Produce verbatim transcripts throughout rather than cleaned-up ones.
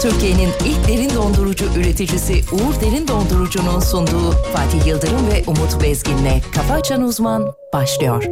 Türkiye'nin ilk derin dondurucu üreticisi Uğur Derin Dondurucu'nun sunduğu Fatih Yıldırım ve Umut Bezgin'le Kafa Açan Uzman başlıyor.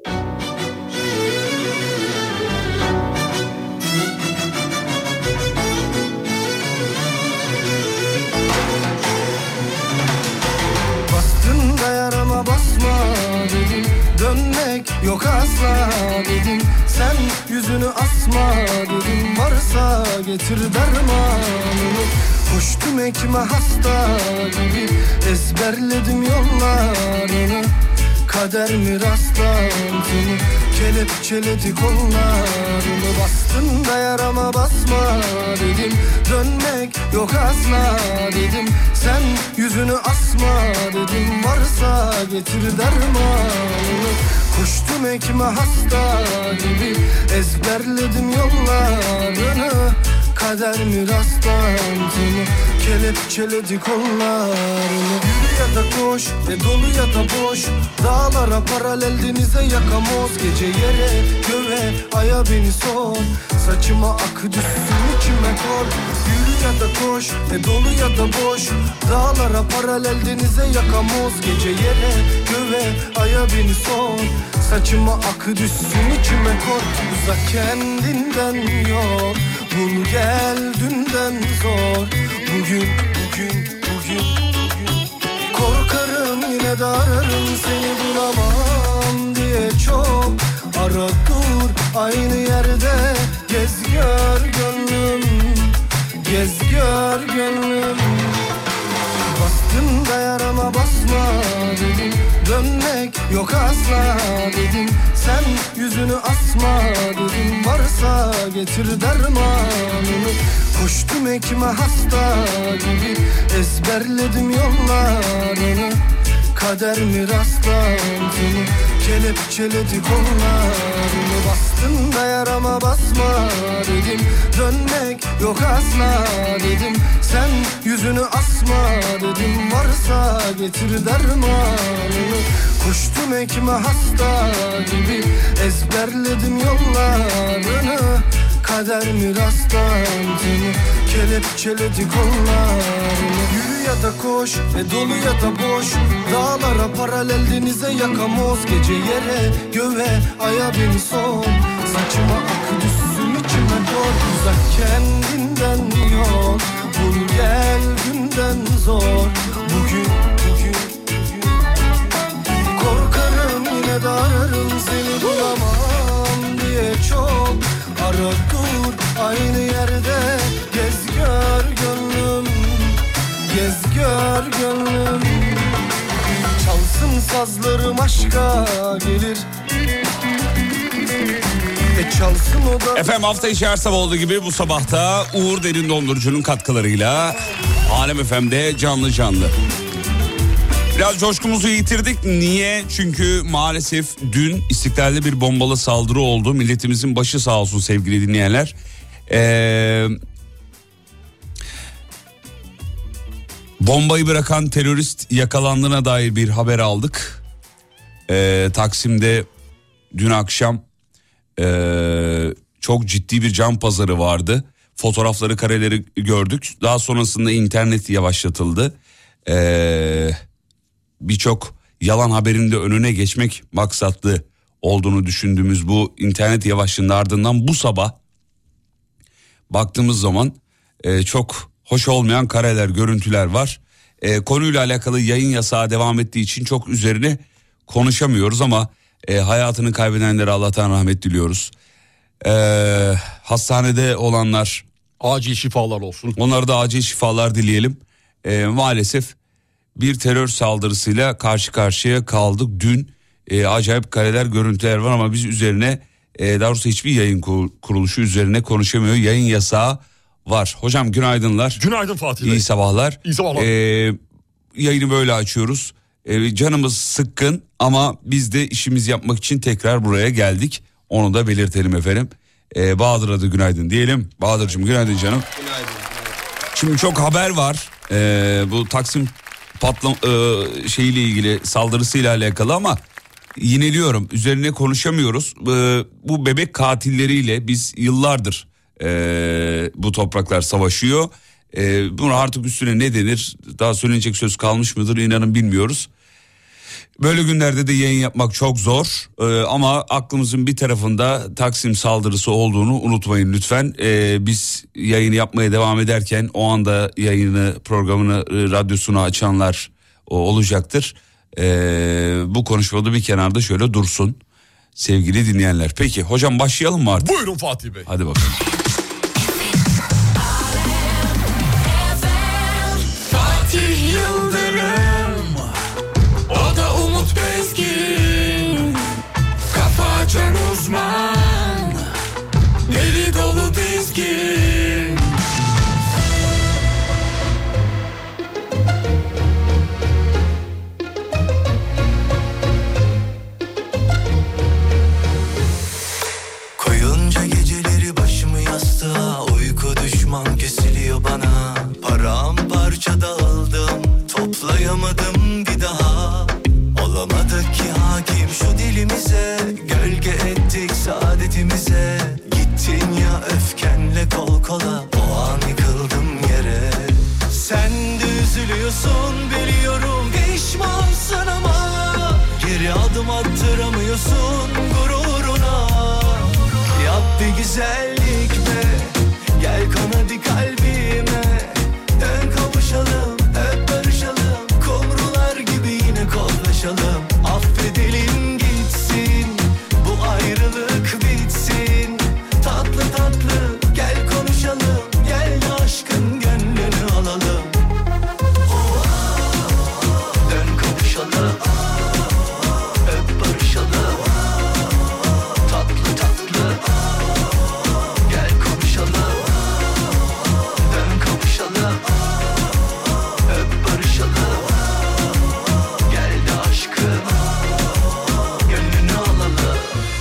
Bastın da yarama basma dedim, dönmek yok asla dedim. Sen yüzünü asma dedim, varsa getir dermanını. Koştum ekme hasta gibi, ezberledim yollarını. Kader mi rastlantını, kelepçeledi kollarını. Bastın da yarama basma dedim, dönmek yok asla dedim. Sen yüzünü asma dedim, varsa getir dermanını. Koştum ekme hasta gibi, ezberledim yollarını. Kader mi rastlantını, kelepçeledi kollarını. Yürü ya da koş, ne dolu ya da boş. Dağlara paralel, denize yakamoz. Gece yere göğe aya beni sor. Saçıma akı düşsün içime kor. Yürü ya da koş, ne dolu ya da boş. Dağlara paralel, denize yakamoz. Gece yere göğe aya beni sor. Saçıma akı düşsün içime kor. Uzak kendinden yor, bul gel dünden zor. Bugün, bugün, bugün, bugün. Korkarım yine de ararım, seni bulamam diye çok. Ara dur aynı yerde, gez gör gönlüm, gez gör gönlüm. Bastın da yarama basma dedim, dönmek yok asla dedim. Sen yüzünü asma dedim, varsa getir dermanını. Koştum ekme hasta gibi, ezberledim yollarını. Kader mi rastlantını, kelepçeledi kollarını. Bastın da yarama basma dedim, dönmek yok asla dedim. Sen yüzünü asma dedim, varsa getir dermanını. Koştum ekme hasta gibi, ezberledim yollarını. Kader mi rastlantını, kelepçeledi kollarını. Yürü ya da koş, ne dolu ya da boş. Dağlara paralel, denize yakamoz. Gece yere göğe aya beni sor. Saçıma akı düşsün içime kor. Uzak kendinden yol, bul gel günden zor. Bugün, bugün, bugün. Korkarım yine de ararım, seni bulamam diye çok. Ara dur aynı yerde, gez gör gönlüm, gez gör gönlüm. Çalsın sazlarım aşka gelir. E çalsın o da... Efendim hafta içi her sabah olduğu gibi bu sabahta Uğur Derin Dondurucu'nun katkılarıyla Alem F M'de canlı canlı. Biraz coşkumuzu yitirdik. Niye? Çünkü maalesef dün İstiklal'de bir bombalı saldırı oldu. Milletimizin başı sağ olsun sevgili dinleyenler. Ee, bombayı bırakan terörist yakalandığına dair bir haber aldık. Ee, Taksim'de dün akşam ee, çok ciddi bir can pazarı vardı. Fotoğrafları, kareleri gördük. Daha sonrasında internet yavaşlatıldı. Eee... Birçok yalan haberin de önüne geçmek maksatlı olduğunu düşündüğümüz bu internet yavaşlığının ardından bu sabah baktığımız zaman e, çok hoş olmayan kareler, görüntüler var. E, konuyla alakalı yayın yasağı devam ettiği için çok üzerine konuşamıyoruz ama e, hayatını kaybedenlere Allah'tan rahmet diliyoruz. E, hastanede olanlar, acil şifalar olsun. Onlara da acil şifalar dileyelim. E, maalesef bir terör saldırısıyla karşı karşıya kaldık. Dün e, acayip kareler, görüntüler var ama biz üzerine e, daha doğrusu hiçbir yayın kuruluşu üzerine konuşamıyor. Yayın yasağı var. Hocam günaydınlar. Günaydın Fatih Bey. İyi sabahlar. İyi sabahlar. E, yayını böyle açıyoruz. E, canımız sıkkın ama biz de işimizi yapmak için tekrar buraya geldik. Onu da belirtelim efendim. E, Bahadır'a da günaydın diyelim. Bahadır'cığım günaydın canım. Günaydın. Şimdi çok haber var. E, bu Taksim patlam e, şeyiyle ilgili, saldırısıyla alakalı ama yineliyorum, üzerine konuşamıyoruz. E, bu bebek katilleriyle biz yıllardır Ee, bu topraklar savaşıyor. Ee, bunu artık üstüne ne denir? Daha söylenecek söz kalmış mıdır? İnanın bilmiyoruz. Böyle günlerde de yayın yapmak çok zor. Ee, ama aklımızın bir tarafında Taksim saldırısı olduğunu unutmayın lütfen. Ee, biz yayını yapmaya devam ederken o anda yayını, programını, radyosunu açanlar o, olacaktır. Ee, bu konuşmada bir kenarda şöyle dursun sevgili dinleyenler. Peki hocam başlayalım mı artık? Buyurun Fatih Bey. Hadi bakalım. Fatih Yıldırım, o da Umut Bezgin, kafa açan uzman, deli dolu dizgin. Koyunca geceleri başımı yastığa, uyku düşman kesiliyor bana. Paramparça dağıldım, toplayamadım bir daha. Olamadık ki hakim şu dilimize, gölge ettik saadetimize. Gittin ya öfkenle kol kola, o an yıkıldım yere. Sen de üzülüyorsun biliyorum, pişmansın ama geri adım attıramıyorsun gururuna. Yap bir güzellik be, gel kon hadi kalbime. Dön kavuşalım, öp barışalım, kumrular gibi yine kollaşalım. Affedelim gitsin, bu ayrılık bitsin. Tatlı tatlı gel konuşalım, gel aşkın gönlünü alalım. Dön kavuşalım, öp barışalım. Tatlı tatlı gel konuşalım. Dön kavuşalım, öp barışalım. Gel de aşkın gönlünü alalım.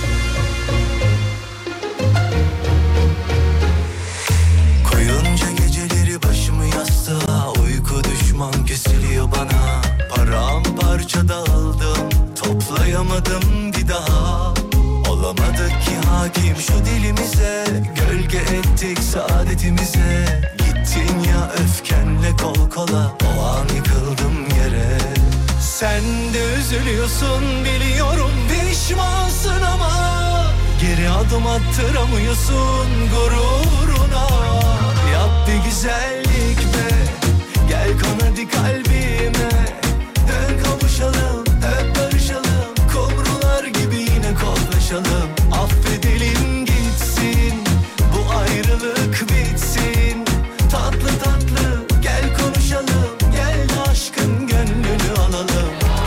Koyunca geceleri başımı yastığa, uyku düşman kesiliyor bana. Paramparça dağıldım, toplayamadım bir daha. Olamadık ki hakim şu dilimize, gölge ettik saadetimize. Gittin ya öfkenle kol kola, o an yıkıldım yere. Sen de üzülüyorsun biliyorum, pişmansın ama geri adım attıramıyorsun gururuna. Yap bir güzellik be, gel kon hadi kalbime. Dön kavuşalım, öp barışalım, kumrular gibi yine kollaşalım. Affedelim gitsin, bu ayrılık bitsin. Tatlı tatlı gel konuşalım, gel aşkın gönlünü alalım.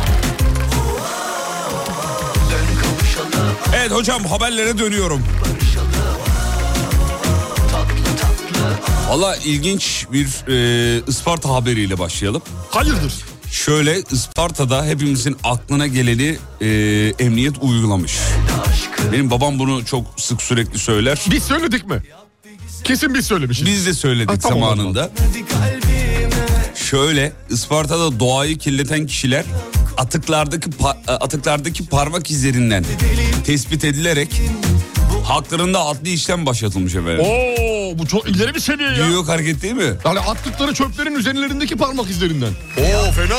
Dön kavuşalım, Evet hocam haberlere dönüyorum. barışalım. Tatlı tatlı. Valla ilginç bir e, Isparta haberiyle başlayalım. Hayırdır? Şöyle Isparta'da hepimizin aklına geleni e, emniyet uygulamış. Benim babam bunu çok sık sürekli söyler. Biz söyledik mi? Kesin biz söylemişiz. Biz de söyledik Ha, tamam, zamanında. Hadi kalbime. Şöyle Isparta'da doğayı kirleten kişiler atıklardaki pa- atıklardaki parmak izlerinden tespit edilerek haklarında adli işlem başlatılmış efendim. Oo, bu çok ileri bir seviye ya. Büyük hareket değil mi? Yani attıkları çöplerin üzerlerindeki parmak izlerinden. Oo fena.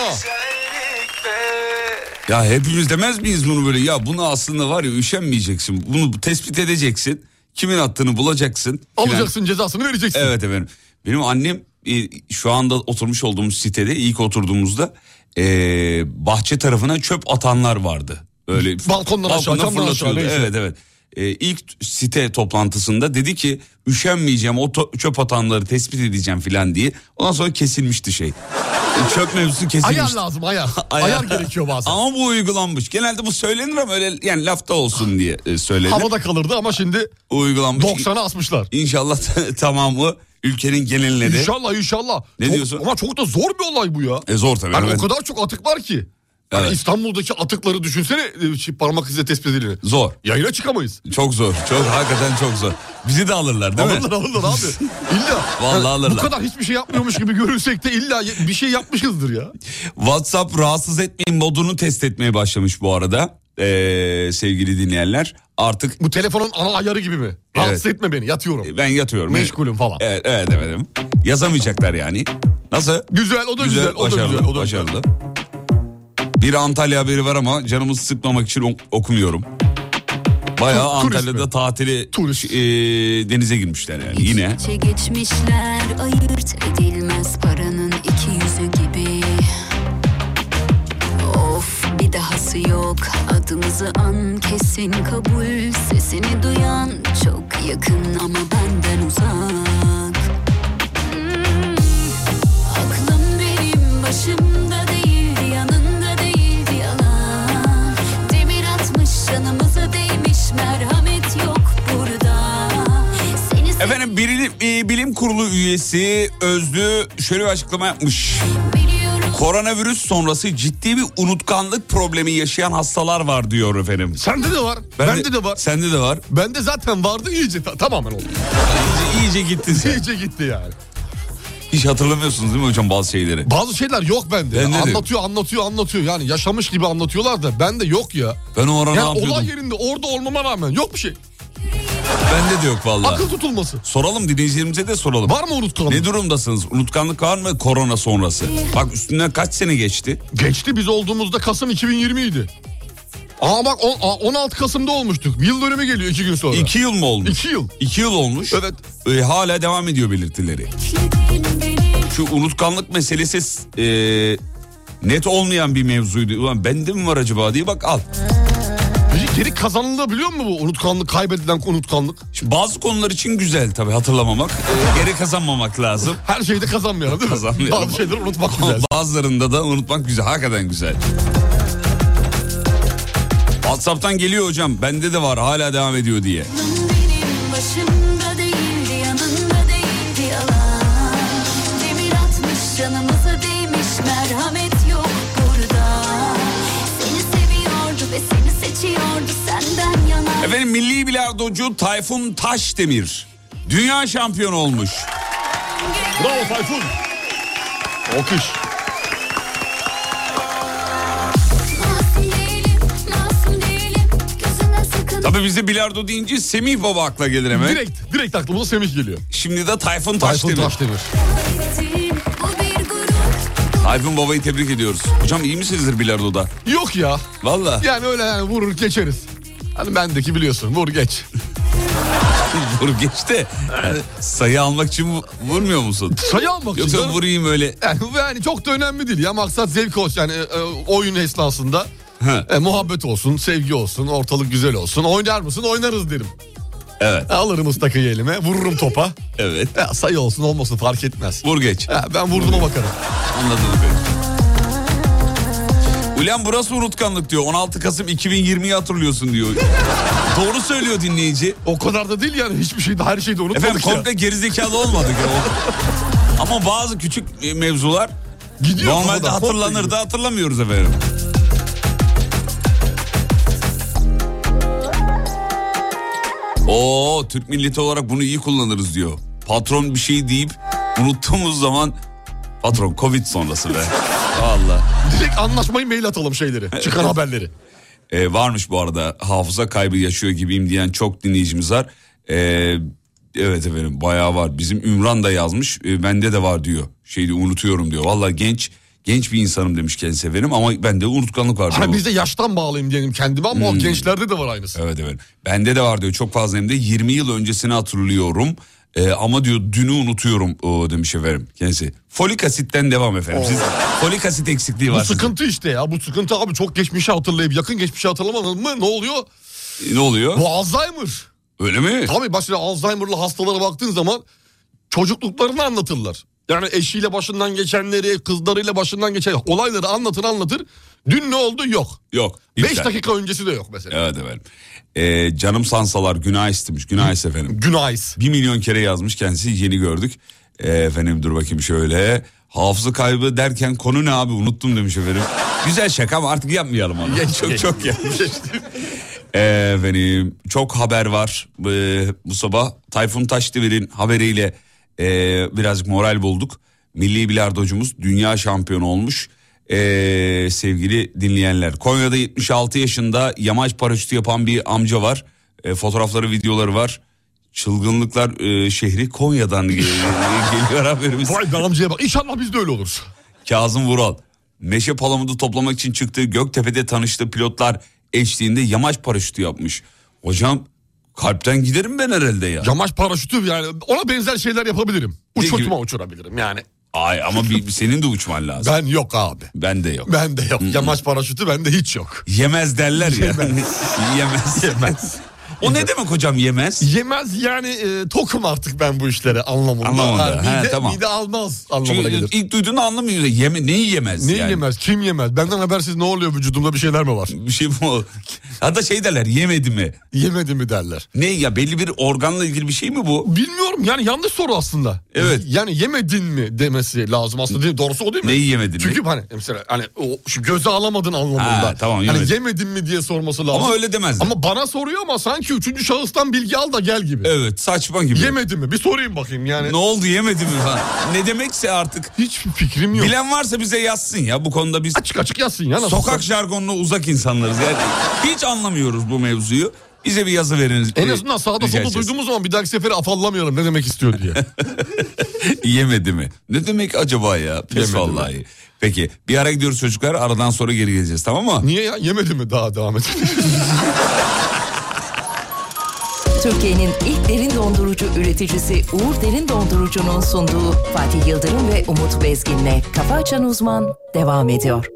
Ya hepimiz demez miyiz bunu böyle? Ya bunu aslında var ya üşenmeyeceksin. Bunu tespit edeceksin. Kimin attığını bulacaksın. Alacaksın cezasını vereceksin. Evet efendim. Benim annem e, şu anda oturmuş olduğumuz sitede ilk oturduğumuzda e, bahçe tarafına çöp atanlar vardı. Öyle Balkondan aşağı, camdan aşağı, fırlatıyordu. neyse. Evet evet. E, ilk site toplantısında dedi ki üşenmeyeceğim, o to- çöp atanları tespit edeceğim filan diye. Ondan sonra kesilmişti şey. E, çöp mevzusu kesilmişti. Ayar lazım ayar. Ayar. Ayar gerekiyor bazen. Ama bu uygulanmış. Genelde bu söylenir ama öyle yani lafta olsun diye e, söylenir. Havada kalırdı ama şimdi Uygulanmış. doksana asmışlar. İnşallah tamamı ülkenin geneline de. İnşallah inşallah. Ne Çok- diyorsun? Ama çok da zor bir olay bu ya. E zor tabii. Yani evet. o kadar çok atık var ki. Yani Evet. İstanbul'daki atıkları düşünsene, e, parmak izi tespit edilir. Zor. Yayına çıkamayız. Çok zor. Çok hakikaten çok zor. Bizi de alırlar değil Alırlar mi? alırlar abi. İlla. Vallahi Yani alırlar. Bu kadar hiçbir şey yapmıyormuş gibi görünsek de illa bir şey yapmışızdır ya. WhatsApp rahatsız etmeyin modunu test etmeye başlamış bu arada. Ee, sevgili dinleyenler. Artık bu telefonun ana ayarı gibi mi? Rahatsız evet. etme beni, yatıyorum. Ben yatıyorum. Meşgulüm falan. Evet, evet efendim. Yazamayacaklar yani. Nasıl? Güzel, o da güzel. güzel o başarılı, da güzel. O da başarılı. güzel. Bir Antalya haberi var ama canımızı sıkmamak için ok- okumuyorum. Bayağı Tur- turist Antalya'da mi? tatili Turist. e, denize girmişler yani yine. İçe geçmişler ayırt edilmez paranın iki yüzü gibi. Of, bir dahası yok, adımızı an kesin kabul. Sesini duyan çok yakın ama benden uzak. Hmm. Aklım benim başımda değildi, yanında değildi yalan. Demir atmış canımıza değmiş, merhamet yok burada. Seni Efendim bilim, e, bilim kurulu üyesi Özlü şöyle bir açıklama yapmış. biliyorum. Koronavirüs sonrası ciddi bir unutkanlık problemi yaşayan hastalar var diyor efendim. Sende de var. Ben Bende de var. Sende de var. Bende zaten vardı, iyice ta- tamamen oldu. İyice, iyice gitti sen. İyice gitti yani. Hiç hatırlamıyorsunuz değil mi hocam bazı şeyleri? Bazı şeyler yok bende. Bende de anlatıyor, anlatıyor, anlatıyor. Yani yaşamış gibi anlatıyorlar da bende yok ya. Ben o ara ne Yani yapıyordum? olay yerinde orada olmama rağmen yok bir şey. Bende de yok vallahi. Akıl tutulması. Soralım, dinleyicilerimize de soralım. Var mı unutkanlık? Ne durumdasınız? Unutkanlık var mı korona sonrası? Bak üstünden kaç sene geçti? Geçti, biz olduğumuzda Kasım iki bin yirmi idi. Aa bak on- aa, on altı Kasım'da olmuştuk. Yıl dönümü geliyor iki gün sonra. İki yıl mı olmuş? İki yıl. İki yıl olmuş. Evet. Ee, hala devam ediyor belirtileri. Şu unutkanlık meselesi e, net olmayan bir mevzuydu. Ulan bende mi var acaba diye bak al. Peki geri kazanılabiliyor mu bu unutkanlık, kaybedilen unutkanlık? Şimdi bazı konular için güzel tabii hatırlamamak. Ee, geri kazanmamak lazım. Her şeyde kazanmayalım değil mi? Kazanmayalım. Bazı şeyleri unutmak Ama güzel. bazılarında da unutmak güzel. Hakikaten güzel. WhatsApp'tan geliyor hocam. Bende de var, hala devam ediyor diye. Benim başımda değildi, yanında değildi yalan. Demir atmış canımıza değmiş, merhamet yok burada. Seni seviyordu ve seni seçiyordu senden yana. Efendim milli bilardocu Tayfun Taşdemir dünya şampiyonu olmuş. Bravo Tayfun. Alkış. Masum değilim, masum değilim, gözüne sakın. Tabii bize bilardo deyince Semih Baba akla gelir hemen. Direkt, direkt aklımıza Semih geliyor. Şimdi de Tayfun Tayfun Taşdemir. Taşdemir. Bu bir gurur. Tayfun Baba'yı tebrik ediyoruz. Hocam iyi misinizdir bilardoda? Yok ya. Valla. Yani öyle yani vurur geçeriz. Hani bendeki biliyorsun, vur geç. Vur geçti. Yani sayı almak için vu- vurmuyor musun? Sayı almak için. Yoksa canım. vurayım öyle. Yani, yani çok da önemli değil ya, maksat zevk olsun yani e, oyun esnasında e, muhabbet olsun, sevgi olsun, ortalık güzel olsun. Oynar mısın? Oynarız derim. Evet. Alırım ıstakayı elime, vururum topa. Evet. Ya, sayı olsun olmasın fark etmez. Vur geç. Ya, ben vurduğuma bakarım. Anladın beni. Ulan burası unutkanlık diyor. on altı Kasım iki bin yirmiyi hatırlıyorsun diyor. Doğru söylüyor dinleyici. O kadar da değil yani, hiçbir şeyde, her şeyde unutmadık Efendim ya. komple gerizekalı olmadık ya. Ama bazı küçük e, mevzular Gidiyor normalde kafadan, hatırlanır komple da hatırlamıyoruz efendim. Oo, Türk milleti olarak bunu iyi kullanırız diyor. Patron bir şey deyip unuttuğumuz zaman patron Covid sonrası be. Vallahi. Direkt anlaşmayı mail atalım şeyleri, çıkan haberleri. Ee, varmış bu arada hafıza kaybı yaşıyor gibiyim diyen çok dinleyicimiz var. Ee, evet efendim bayağı var. Bizim Ümran da yazmış. Ee, bende de var diyor. Şeydi unutuyorum diyor. Vallahi genç genç bir insanım demiş kendisi efendim ama bende unutkanlık var diyor. Hani biz de yaştan bağlayayım diyelim kendime ama Hmm. o gençlerde de var aynısı. Evet evet. Bende de var diyor. Çok fazla hem de yirmi yıl öncesini hatırlıyorum. Ee, ama diyor dünü unutuyorum o, demiş efendim kendisi. Folik asitten devam efendim. Siz folik asit eksikliği var. Bu sıkıntı işte ya, bu sıkıntı abi, çok geçmişi hatırlayıp yakın geçmişi hatırlamadın mı ne oluyor? sizin. Ne oluyor? Bu Alzheimer. Öyle mi? Tabii başına Alzheimer'lı hastalara baktığın zaman çocukluklarını anlatırlar. Yani eşiyle başından geçenleri, kızlarıyla başından geçen olayları anlatır anlatır. Dün ne oldu yok. Yok. Beş iptal. dakika öncesi de yok mesela. Evet efendim. Ee, canım sansalar günah istemiş. Günah iste efendim. Günahis. Bir milyon kere yazmış kendisi, yeni gördük. Ee, efendim dur bakayım şöyle. Hafıza kaybı derken konu ne abi unuttum demiş efendim. Güzel şaka ama artık yapmayalım onu. Geç, çok geç. çok yanlış. Ee, efendim çok haber var. Ee, bu sabah Tayfun Taşdemir'in haberiyle e, birazcık moral bulduk. Milli bilardocumuz dünya şampiyonu olmuş. Ee, sevgili dinleyenler. Konya'da yetmiş altı yaşında yamaç paraşütü yapan bir amca var. Ee, fotoğrafları, videoları var. Çılgınlıklar e, şehri Konya'dan geliyor, geliyor haberimiz. Vay be amcaya bak, İnşallah biz de öyle oluruz. Kazım Vural. Meşe palamudu toplamak için çıktığı Göktepe'de tanıştığı pilotlar eşliğinde yamaç paraşütü yapmış. Hocam kalpten giderim ben herhalde ya. Yamaç paraşütü, yani ona benzer şeyler yapabilirim. Uçurtma uçurabilirim yani. Ay ama bir, senin de uçman lazım. Ben yok abi. Ben de yok. Ben de yok. Yamaç paraşütü bende hiç yok. Yemez derler ya. Yemez. Yemez. Yemez. O ne demek hocam yemez? Yemez yani e, tokum artık ben bu işlere anlamında. Anlamında. Ha, He, mide, tamam. mide almaz anlamına Çünkü gelir. ilk duyduğunu anlamıyorsun. Yeme, neyi yemez Neyi yani? yemez? Kim yemez? Benden habersiz ne oluyor, vücudumda bir şeyler mi var? Bir şey bu. Hatta şey derler, yemedi mi? Yemedi mi derler. Ne ya, belli bir organla ilgili bir şey mi bu? Bilmiyorum yani, yanlış soru aslında. Evet. Yani yemedin mi demesi lazım aslında, değil, doğrusu o değil mi? Neyi yemedin? Çünkü hani mesela hani o şu göze alamadın anlamında. Ha, tamam, hani yemedim. yemedin mi diye sorması lazım. Ama öyle demezdi. Ama bana soruyor ama sanki üçüncü şahıstan bilgi al da gel gibi. Evet, saçma gibi. Yemedi mi? Bir sorayım bakayım yani. Ne oldu, yemedi mi falan. Ne demekse artık. Hiç fikrim yok. Bilen varsa bize yazsın ya, bu konuda biz Açık açık yazsın ya. Nasıl sokak jargonuna uzak insanlarız. Yani hiç anlamıyoruz bu mevzuyu. Bize bir yazı veriniz. En azından sağda Rica solda edeceğiz. duyduğumuz zaman bir dahaki sefere afallamayalım ne demek istiyor diye. Yemedi mi? Ne demek acaba ya? Pes Yemedi vallahi. Peki bir ara gidiyoruz çocuklar, aradan sonra geri geleceğiz, tamam mı? Niye ya? Yemedi mi daha devam et? Türkiye'nin ilk derin dondurucu üreticisi Uğur Derin Dondurucu'nun sunduğu Fatih Yıldırım ve Umut Bezgin'le Kafa Açan Uzman devam ediyor.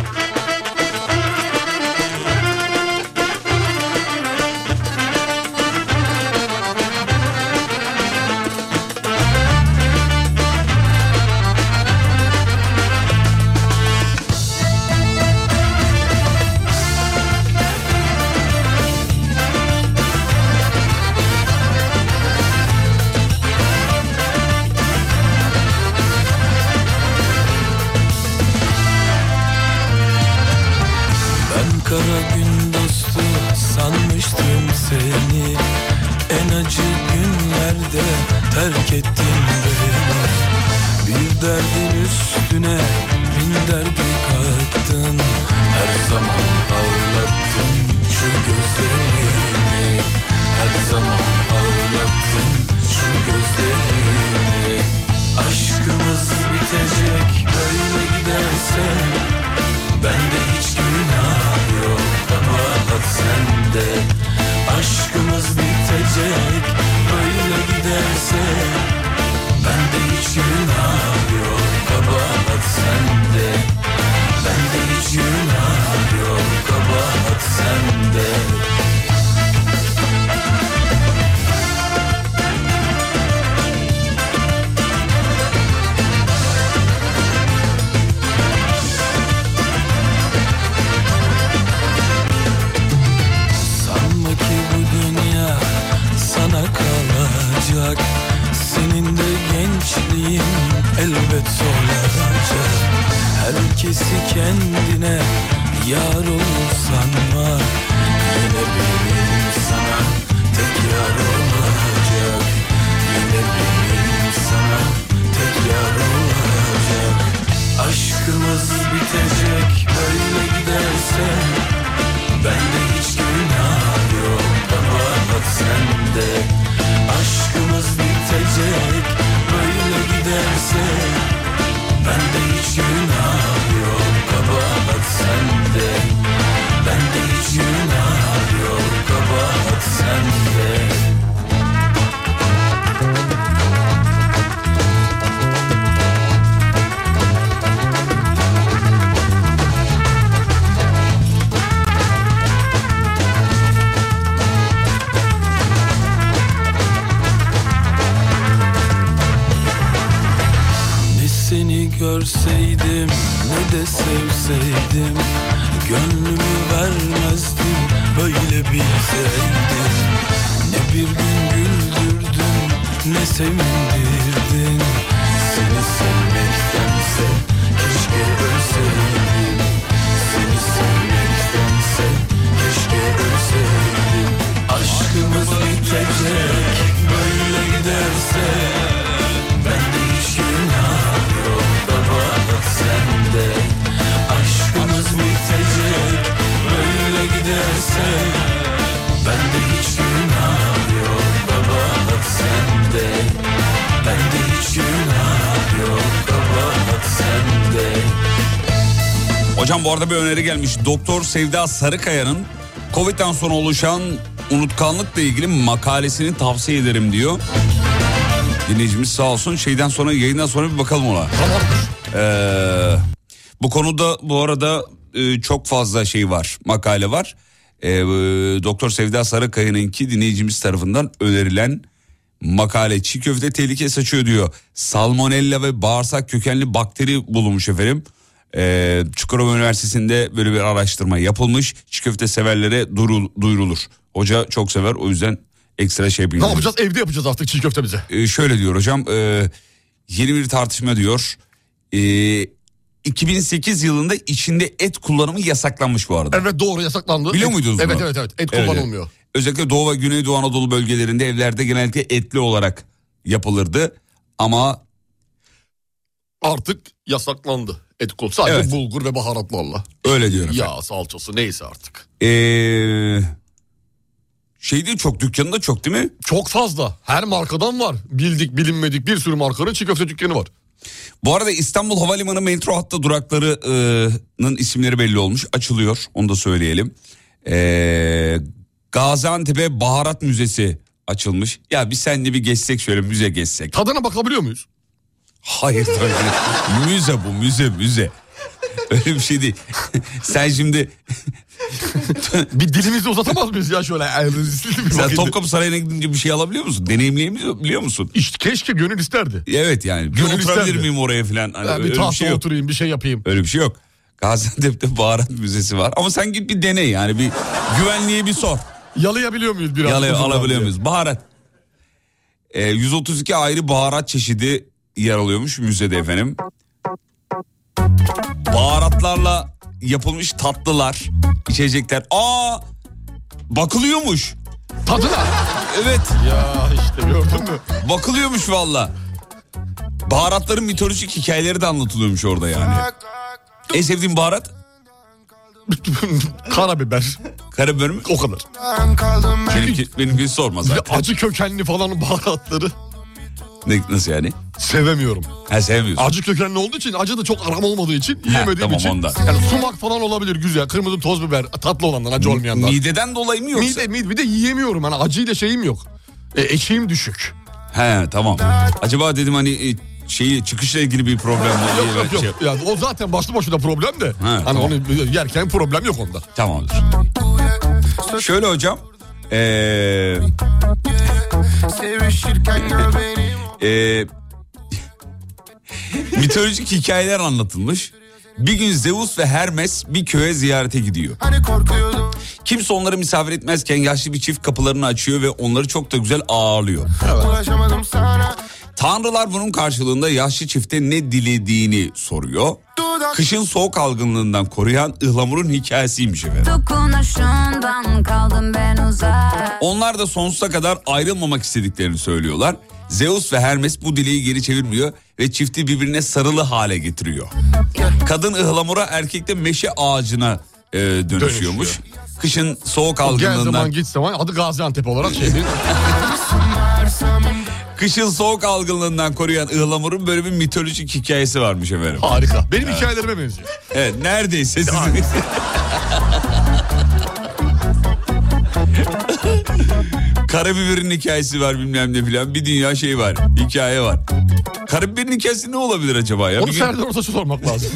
Kara gün dostu sanmıştım seni, en acı günlerde terk ettin beni. Bir derdin üstüne bin derdi kattın, her zaman ağlattın şu gözlerini, her zaman ağlattın şu gözlerini. Aşkımız bitecek böyle giderse, bende hiç günah yok, kabahat sende. Aşkımız bitecek böyle giderse, bende hiç günah yok, kabahat sende. Bende hiç günah yok, kabahat sende. Kalacak. Senin de gençliğin elbet solacak. Herkesi kendine yar olur sanma, yine benim sana tek yar olacak. Yine benim sana tek yar olacak. Aşkımız bitecek böyle giderse, bende hiç günah yok, kabahat sende. Aşkımız bitecek böyle giderse, bende hiç günah yok, kabahat sende. Bende hiç günah yok, kabahat sende. Seni görseydim ne de sevseydim, gönlümü vermezdim böyle bilseydim. Ne bir gün güldürdün ne sevindirdin, seni sevmektense keşke ölseydim. Seni sevmektense keşke ölseydim. Aşkımız bitecek böyle giderse, bende hiç günah yok, kabahat sende. Hocam bu arada bir öneri gelmiş. Doktor Sevda Sarıkaya'nın Covid'den sonra oluşan unutkanlıkla ilgili makalesini tavsiye ederim diyor. Dinleyicimiz sağ olsun. Şeyden sonra, yayından sonra bir bakalım ona. Ee, bu konuda bu arada e, çok fazla şey var, makale var. Ee, Doktor Sevda Sarıkaya'nınki dinleyicimiz tarafından önerilen makale. Çiğ köfte tehlike saçıyor diyor. Salmonella ve bağırsak kökenli bakteri bulunmuş efendim. Ee, Çukurova Üniversitesi'nde böyle bir araştırma yapılmış. Çiğ köfte severlere duyurulur. Hoca çok sever, o yüzden ekstra şey yapayım. Ne yapacağız? Evde yapacağız artık çiğ köftemizi. Ee, şöyle diyor hocam. E, yeni bir tartışma diyor. E, iki bin sekiz yılında içinde et kullanımı yasaklanmış bu arada. Evet, doğru, yasaklandı. Biliyor et, muydunuz evet, bunu? Evet evet et evet, kullanılmıyor. Evet. Özellikle Doğu ve Güneydoğu Anadolu bölgelerinde evlerde genellikle etli olarak yapılırdı. Ama artık yasaklandı. Et kol sadece evet. bulgur ve baharatlarla. Öyle diyorum. Yağ, salçası neyse artık. Eee... Şeyde çok, dükkanında çok değil mi? Çok fazla. Her markadan var. Bildik bilinmedik bir sürü markanın çiğ köfte dükkanı var. Bu arada İstanbul Havalimanı metro hattı duraklarının isimleri belli olmuş. Açılıyor, onu da söyleyelim. Ee, Gaziantep'e Baharat Müzesi açılmış. Ya bir seninle bir geçsek, şöyle müze geçsek. Tadına bakabiliyor muyuz? Hayır tabii. Müze bu, müze müze. Öyle bir şey değil. Sen şimdi... bir dilimizi uzatamaz mıyız ya şöyle? Sen Topkapı Sarayı'na gidince bir şey alabiliyor musun? Deneyimleyebiliyor musun? İşte keşke, gönül isterdi. Evet yani. Bir gönül oturabilir isterdi. Miyim oraya falan? Hani yani bir tahta bir şey oturayım, bir şey yapayım. Öyle bir şey yok. Gaziantep'te Baharat Müzesi var. Ama sen git bir deney yani. Bir güvenliğe bir sor. Yalayabiliyor muyuz biraz? Yalay, alabiliyor muyuz? Baharat. Ee, yüz otuz iki ayrı baharat çeşidi yer alıyormuş müzede efendim. Baharatlarla yapılmış tatlılar, içecekler. Aa, bakılıyormuş. Tadına. Evet. Ya işte gördün mü? Bakılıyormuş valla. Baharatların mitolojik hikayeleri de anlatılıyormuş orada yani. En sevdiğin baharat? Karabiber. Karabiber mi? O kadar. Benimki, benimki sorma zaten. Acı kökenli falan baharatları. Ne, nasıl yani? Sevemiyorum. Ha, sevmiyorsun. Acı kökenli olduğu için, acı da çok aram olmadığı için, yiyemediğim tamam, için. Ondan. Yani sumak falan olabilir güzel. Kırmızı toz biber, tatlı olandan, acı olmayandan. Mideden dolayı mı yoksa? Mide, mide, bir de yiyemiyorum. Yani acıyla şeyim yok. E, eşiğim düşük. He tamam. Acaba dedim hani şeyi, çıkışla ilgili bir problem var. Yok yok yok. Şey... Yani o zaten başlı başına problem de. He, hani tamam. Onu yerken problem yok onda. Tamamdır. Şöyle hocam. Eee... Eee... mitolojik hikayeler anlatılmış. Bir gün Zeus ve Hermes bir köye ziyarete gidiyor. Kimse onları misafir etmezken yaşlı bir çift kapılarını açıyor ve onları çok da güzel ağırlıyor. Evet. Tanrılar bunun karşılığında yaşlı çifte ne dilediğini soruyor. Kışın soğuk algınlığından koruyan ıhlamurun hikayesiymiş efendim. Onlar da sonsuza kadar ayrılmamak istediklerini söylüyorlar. Zeus ve Hermes bu dileği geri çevirmiyor ve çifti birbirine sarılı hale getiriyor. Kadın ıhlamura, erkek de meşe ağacına e, dönüşüyormuş. Dönüşüyor. Kışın soğuk algınlığından... Gel zaman git zaman adı Gaziantep olarak şey değil. Kışın soğuk algınlığından koruyan ıhlamurun böyle bir mitolojik hikayesi varmış efendim. Harika. Benim evet. Hikayelerime benziyor. Evet, neredeyse sizin. Karabiberin hikayesi var bilmem ne filan. Bir dünya şey var. Hikaye var. Karabiberin hikayesi ne olabilir acaba ya? Onu gün... Serdar Ortaç'a sormak lazım.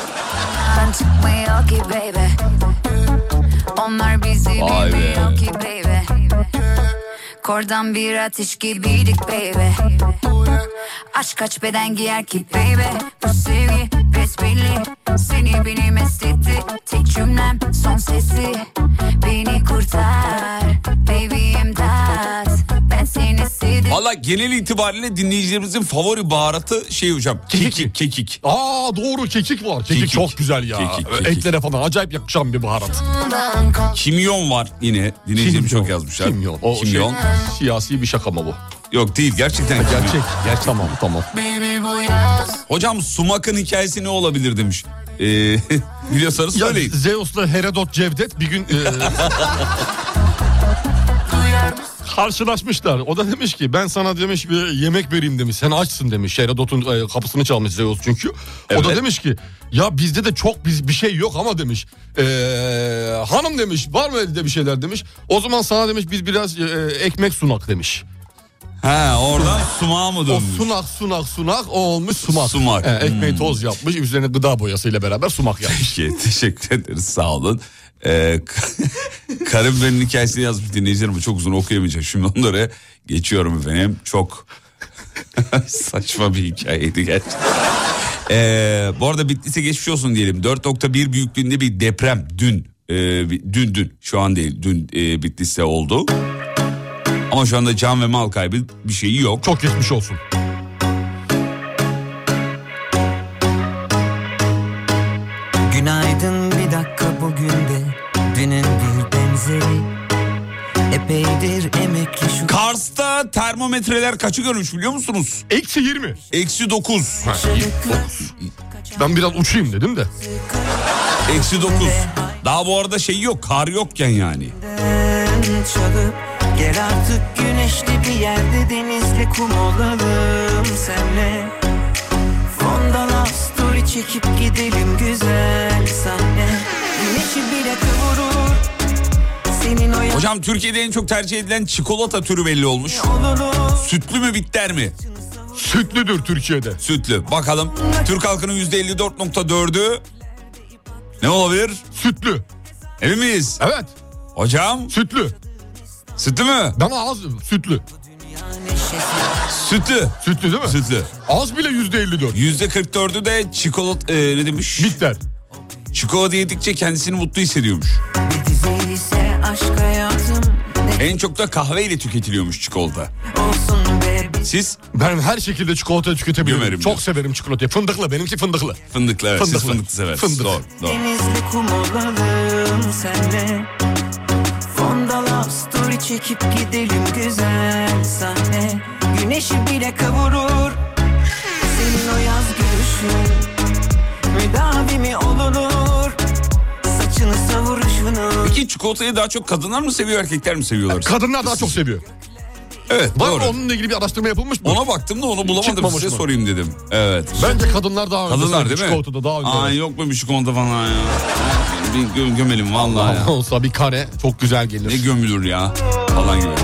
Onlar bizi bilmiyor ki baby. Kordan bir ateş gibiydik baby. Aşk kaç beden giyer ki baby. Bu sevgi besbelli. Seni beni mest etti. Tek cümlem son sesi. Beni kurtar baby imdat. Ben seni sevdim. Valla genel itibariyle dinleyicilerimizin favori baharatı şey hocam. Kekik. Kekik. Aa doğru, kekik var. Kekik, kekik. Çok güzel ya. Kekik, kekik. Etlere falan acayip yakışan bir baharat. Kimyon var yine. Dinleyicilerim çok yazmışlar. Kimyon. O Kimyon. Şey, siyasi bir şaka mı bu? Yok değil, gerçekten. Ha, gerçek. Gerçek. Tamam tamam. Hocam sumakın hikayesi ne olabilir demiş. Ee, biliyorsanız söyleyin. Ya, Zeus'la Herodot Cevdet bir gün... E... Karşılaşmışlar. O da demiş ki ben sana demiş bir yemek vereyim demiş. Sen açsın demiş. Şehredot'un e, kapısını çalmış Zeus çünkü. Evet. O da demiş ki ya bizde de çok biz bir şey yok ama demiş. Ee, hanım demiş var mı elde bir şeyler demiş. O zaman sana demiş biz biraz e, ekmek sunak demiş. He oradan sumağa mı dönmüş? O sunak sunak sunak o olmuş sumak. Sumak. He, ekmeği hmm. toz yapmış üzerine gıda boyasıyla beraber sumak yapmış. Peki teşekkür ederiz sağ olun. Ee, karım benim hikayesini yazmış dinleyicilerim ama çok uzun okuyamayacağım. Şimdi onları geçiyorum efendim. Çok saçma bir hikayeydi gerçekten. Ee, bu arada Bitlis'e geçmiş olsun diyelim. dört nokta bir büyüklüğünde bir deprem dün. E, dün dün şu an değil dün e, Bitlis'te oldu. Ama şu anda can ve mal kaybı bir şeyi yok. Çok geçmiş olsun. Günaydın bir dakika bugün de dünün bir benzeri. Epeydir emekli şu... Kars'ta termometreler kaçı görmüş biliyor musunuz? Eksi yirmi. Eksi dokuz. Ha, ben biraz uçayım dedim de. Eksi dokuz. Daha bu arada şey yok, kar yokken yani. Çalıp gel artık güneşli bir yerde denizli kum olalım senle. Fondan al story çekip gidelim güzel sahne. Güneşi bile kıvırır. Senin o Hocam Türkiye'de en çok tercih edilen çikolata türü belli olmuş. Sütlü mü bitter mi? Sütlüdür Türkiye'de. Sütlü. Bakalım Türk halkının yüzde elli dört nokta dördü ne olabilir? Sütlü. Emin miyiz? Evet. Hocam? Sütlü. Sütlü mü? Bana az sütlü. Sütlü. Sütlü değil mi? Sütlü. Az bile yüzde elli dört. Yüzde kırk dördü de çikolata e, ne demiş? Bitter. Çikolata yedikçe kendisini mutlu hissediyormuş. En çok da kahveyle tüketiliyormuş çikolata. Siz? Ben her şekilde çikolata tüketebilirim. Gömerim çok diyor. severim çikolatayı. Fındıklı, benimki fındıklı. Fındıklı evet. Fındıklı. Siz fındıklı seversiniz. Fındık. Doğru, doğru. Denizli kum olalım senle. Fondala story çekip gidelim güzel sahne. Güneşi bile kavurur. Senin o yaz gülüşün müdavimi olunur. Saçını savuruşunu. Peki çikolatayı daha çok kadınlar mı seviyor erkekler mi seviyorlar? Kadınlar daha çok seviyor. Evet var doğru. mı onunla ilgili bir araştırma yapılmış mı? Ona baktım da onu bulamadım, Çıkmamış size mı? sorayım dedim. Evet. Bence kadınlar daha Kadınlar önde. değil mi? Çikolatada daha önde. Aa yok mu bir çikolata falan ya. Bir gö- gömelim vallahi ya. Olsa bir kare çok güzel gelir. Ne gömülür ya falan gibi.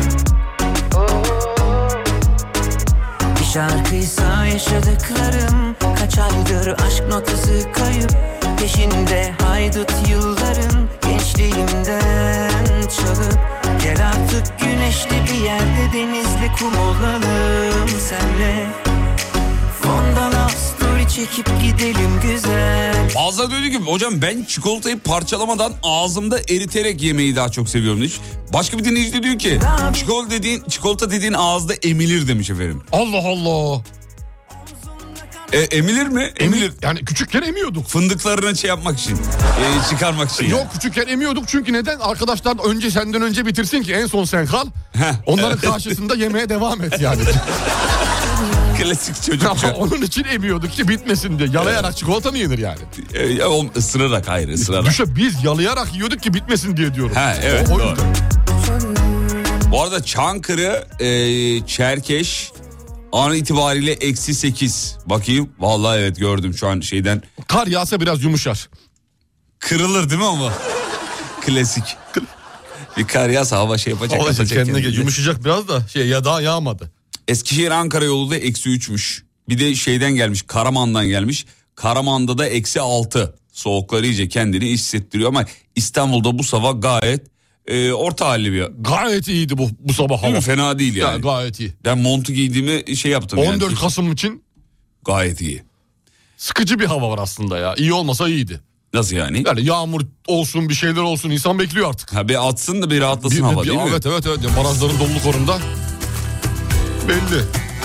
Bir şarkıysa yaşadıklarım. Kaç aydır aşk notası kayıp. Peşinde haydut yılların. Gençliğimden çalıp. Gel artık güneşli bir yerde denizli kum olalım senle. Fondan al story çekip gidelim güzel. Bazıları diyor ki hocam ben çikolatayı parçalamadan ağzımda eriterek yemeyi daha çok seviyorum demiş. Başka bir dinleyici de diyor ki çikolata dediğin, çikolata dediğin ağızda emilir demiş efendim. Allah Allah. E, emilir mi? Emilir. Yani küçükken emiyorduk. Fındıklarına şey yapmak için. E, çıkarmak için. Yok yani. küçükken emiyorduk çünkü neden? Arkadaşlar önce senden önce bitirsin ki en son sen kal. Heh, Onların evet. karşısında yemeye devam et yani. Klasik çocukça. Onun için emiyorduk ki bitmesin diye. Yalayarak evet. Çikolata mı yenir yani? E, ya, o, ısırarak hayır ısırarak. Düşün biz yalayarak yiyorduk ki bitmesin diye diyorum. Ha evet o, o doğru. Bu arada Çankırı, e, Çerkeş an itibariyle eksi sekiz. Bakayım. Vallahi evet gördüm şu an şeyden. Kar yağsa biraz yumuşar. Kırılır değil mi ama? Klasik. Bir kar yağsa hava şey yapacak. Hava yapacak kendine kendine. yumuşayacak biraz da şey ya daha yağmadı. Eskişehir Ankara yolu da eksi üçmüş. Bir de şeyden gelmiş Karaman'dan gelmiş. Karaman'da da eksi altı. Soğukları iyice kendini hissettiriyor ama İstanbul'da bu sabah gayet e, orta halli bir. Gayet iyiydi bu bu sabah hava. Fena değil yani. Ya, gayet iyi. Ben montu giydiğimi şey yaptım. on dört yani. Kasım için gayet iyi. Sıkıcı bir hava var aslında ya. İyi olmasa iyiydi. Nasıl yani? Yani yağmur olsun bir şeyler olsun insan bekliyor artık. Ha bir atsın da bir rahatlasın bir, hava bir, değil evet, mi? Evet evet evet. Barajların doluluk oranında belli.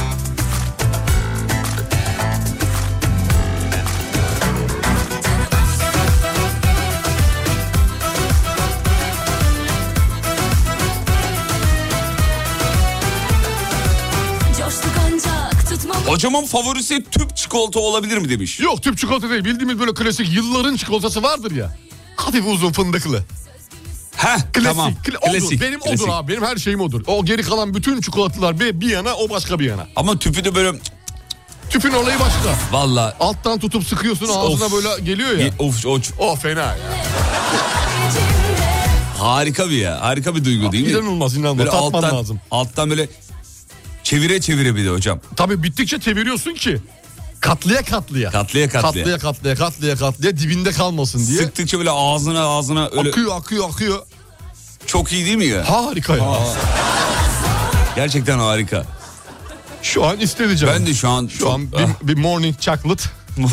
Hocamın favorisi tüp çikolata olabilir mi demiş. Yok tüp çikolata değil. Bildiğimiz böyle klasik yılların çikolatası vardır ya. Hafif uzun fındıklı. Heh, Klasik. tamam. Kla- odur. Klasik, Benim klasik. odur abi. Benim her şeyim odur. O geri kalan bütün çikolatalar bir, bir yana, o başka bir yana. Ama tüpü de böyle... Tüpün olayı başka. Vallahi. Alttan tutup sıkıyorsun, ağzına Of. böyle geliyor ya. Of, o, O fena ya. harika bir ya. Harika bir duygu değil mi? İnanılmaz, inanılmaz. Böyle Tatman alttan, lazım. alttan böyle çevire çevire bir de hocam. Tabii bittikçe çeviriyorsun ki katlıya katlıya. Katlıya katlıya. Katlıya katlıya katlıya katlıya dibinde kalmasın diye. Sıktıkça böyle ağzına ağzına öyle. Akıyor akıyor akıyor. Çok iyi değil mi ya? Harika ya. Gerçekten harika. Şu an istedi canım. Ben de şu an Şu çok- an bir, bir morning chocolate.